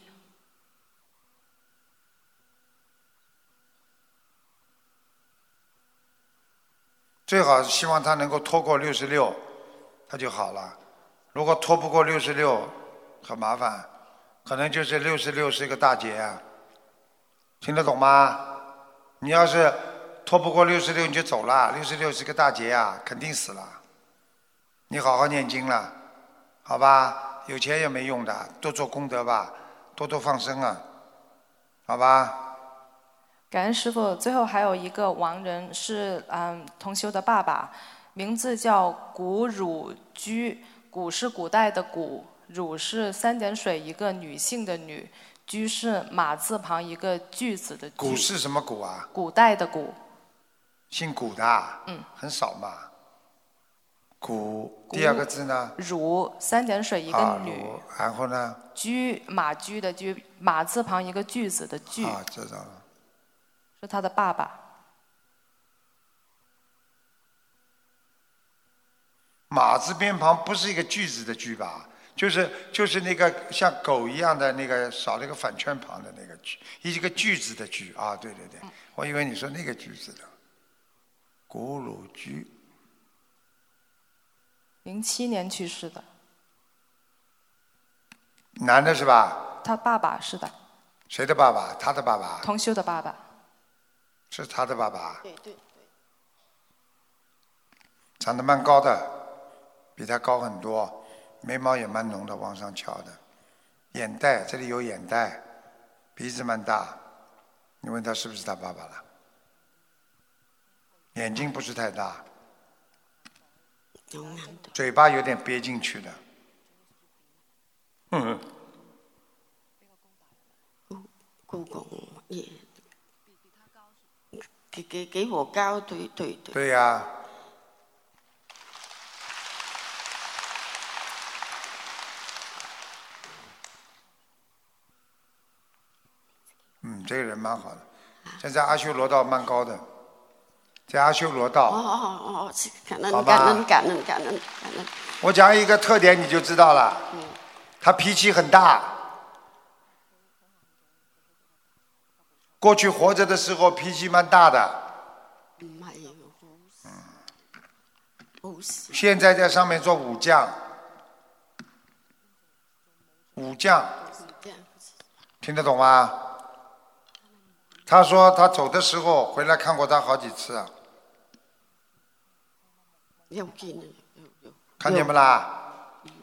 最好希望他能够拖过六十六，他就好了。如果拖不过六十六，很麻烦，可能就是六十六是一个大劫啊。听得懂吗？你要是拖不过六十六，你就走了。六十六是个大劫啊，肯定死了。你好好念经了，好吧？有钱也没用的，多做功德吧，多多放生啊，好吧？ 感恩师父。最后还有一个亡人是嗯同修的爸爸，名字叫古汝居，古是古代的古，汝是三点水一个女性的女，居是马字旁一个句子的句。 古是什么古啊？ 古代的古。 姓古的啊？ 嗯。 很少嘛。古第二个字呢？ 汝三点水一个女。 啊、然后呢？ 居马居的居，马字旁一个句子的句。 啊，知道了。 是他的爸爸。 马字边旁不是一个句子的句吧？就是就是那个像狗一样的那个少了一个反圈旁的那个句，一个句子的句啊，对对对，我以为你说那个句子的。古汝居。 零七年去世的。 男的是吧？ 他爸爸是的。 谁的爸爸？他的爸爸。 同修的爸爸。 是他的爸爸。 对对对。 长得蛮高的，比他高很多，眉毛也蛮浓的，往上翘的，眼袋这里有眼袋，鼻子蛮大。你问他是不是他爸爸了？眼睛不是太大，嘴巴有点憋进去的。嗯。 姑公也。给给给我高，对对对。 对呀、啊。嗯，这个人蛮好的，现在阿修罗道蛮高的，在阿修罗道。 哦哦哦，感恩感恩感恩感恩感恩。 我讲一个特点你就知道了，嗯、他脾气很大。过去活着的时候脾气蛮大的，现在在上面做武将，武将，听得懂吗？他说他走的时候回来看过他好几次啊，看见不啦？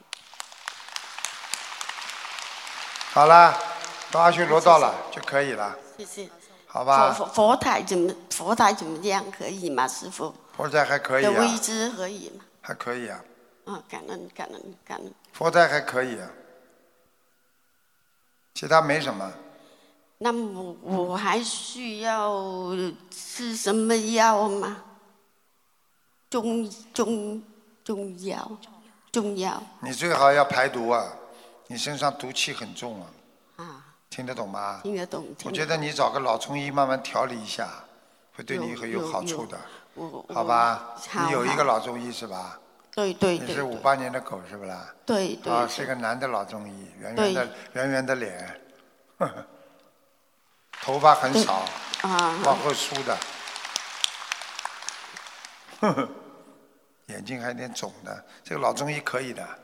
好了，到阿修罗道了就可以了。 谢谢。 好吧。 佛佛台怎么佛台怎么样？可以吗，师父？ 佛台还可以啊。 的位置可以吗？ 还可以啊。 嗯，感恩感恩感恩。 佛台还可以啊，其他没什么。 那么我还需要吃什么药吗？中中中药，中药。 你最好要排毒啊，你身上毒气很重啊。 啊。 听得懂吗？ 听得懂。 我觉得你找个老中医慢慢调理一下，会对你很有好处的。好吧？你有一个老中医是吧？ 对对对。 你是五八年的狗是不啦？ 对对。 啊，是个男的老中医，圆圆的圆圆的脸，呵呵头发很少， 啊， 往后梳的，呵呵，眼睛还有点肿的，这个老中医可以的。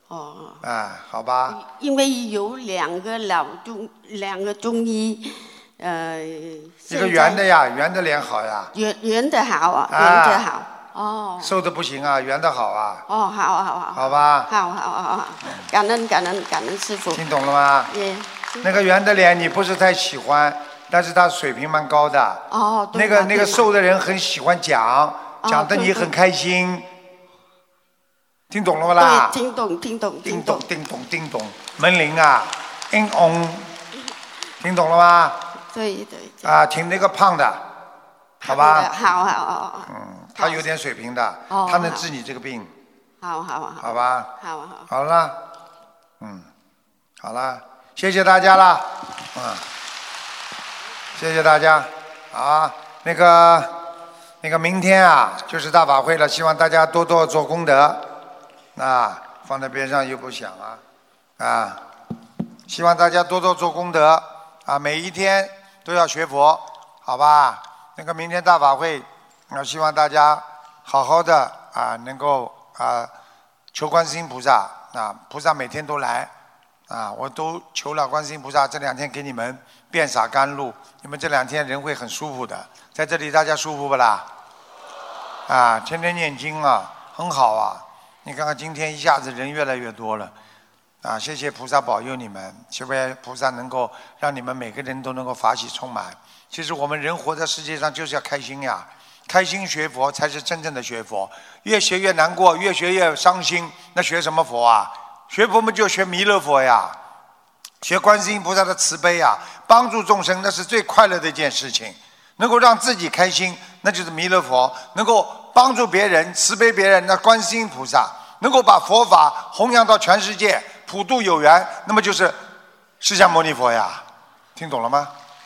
哦。 啊，好吧。 因为有两个老中，两个中医，呃。 一个圆的呀，圆的脸好呀。 圆圆的好啊，圆啊的好。哦。 瘦的不行啊，圆的好啊。 哦，好好好。 好吧。 好好好好，感恩感恩感恩师傅。 听懂了吗？ 也。 那个圆的脸你不是太喜欢，但是他水平蛮高的。 哦，对。 那个那个瘦的人很喜欢讲，讲的你很开心。听懂了不啦？ 对，听懂听懂听懂听懂听懂，门铃啊，嗯嗡，听懂了吗？ 对对。 啊，挺那个胖的，好吧？ 好好好。 嗯，他有点水平的，他能治你这个病。 好好好。 好吧。 好好。 好了，嗯，好了，谢谢大家了，嗯，谢谢大家，啊，那个那个明天啊就是大法会了，希望大家多多做功德，啊，放在边上又不响啊，啊，希望大家多多做功德，啊，每一天都要学佛，好吧？那个明天大法会，我希望大家好好的啊，能够啊求观世音菩萨，啊，菩萨每天都来，啊，我都求了观世音菩萨，这两天给你们遍洒甘露，你们这两天人会很舒服的，在这里大家舒服不啦？啊，天天念经啊，很好啊。你看看今天一下子人越来越多了，啊，谢谢菩萨保佑你们，希望菩萨能够让你们每个人都能够法喜充满。其实我们人活在世界上就是要开心呀，开心学佛才是真正的学佛。越学越难过，越学越伤心，那学什么佛啊？学佛嘛就学弥勒佛呀，学观世音菩萨的慈悲呀，帮助众生那是最快乐的一件事情。能够让自己开心，那就是弥勒佛；能够帮助别人、慈悲别人，那观世音菩萨；能够把佛法弘扬到全世界，普度有缘，那么就是释迦牟尼佛呀。听懂了吗？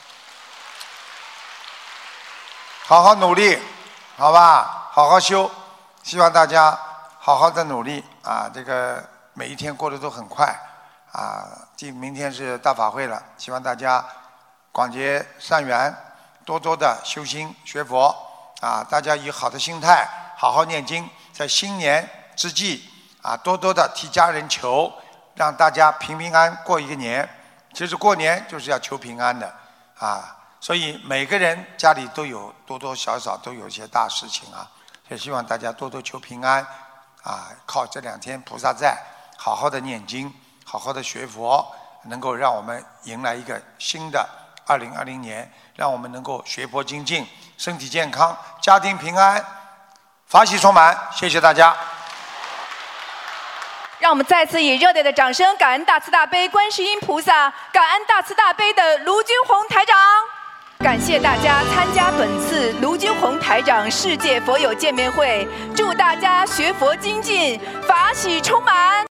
好好努力，好吧，好好修，希望大家好好的努力啊！这个每一天过得都很快啊！今明天是大法会了，希望大家广结善缘，多多的修心学佛啊！大家以好的心态好好念经，在新年之际啊，多多的替家人求，让大家平平安过一个年。其实过年就是要求平安的啊！所以每个人家里都有多多少少都有一些大事情啊，也希望大家多多求平安啊！靠这两天菩萨在，好好的念经，好好的学佛，能够让我们迎来一个新的二零二零年，让我们能够学佛精进，身体健康，家庭平安，法喜充满。谢谢大家。 让我们再次以热烈的掌声，感恩大慈大悲观世音菩萨，感恩大慈大悲的卢军宏台长。感谢大家参加本次卢军宏台长世界佛友见面会，祝大家学佛精进，法喜充满。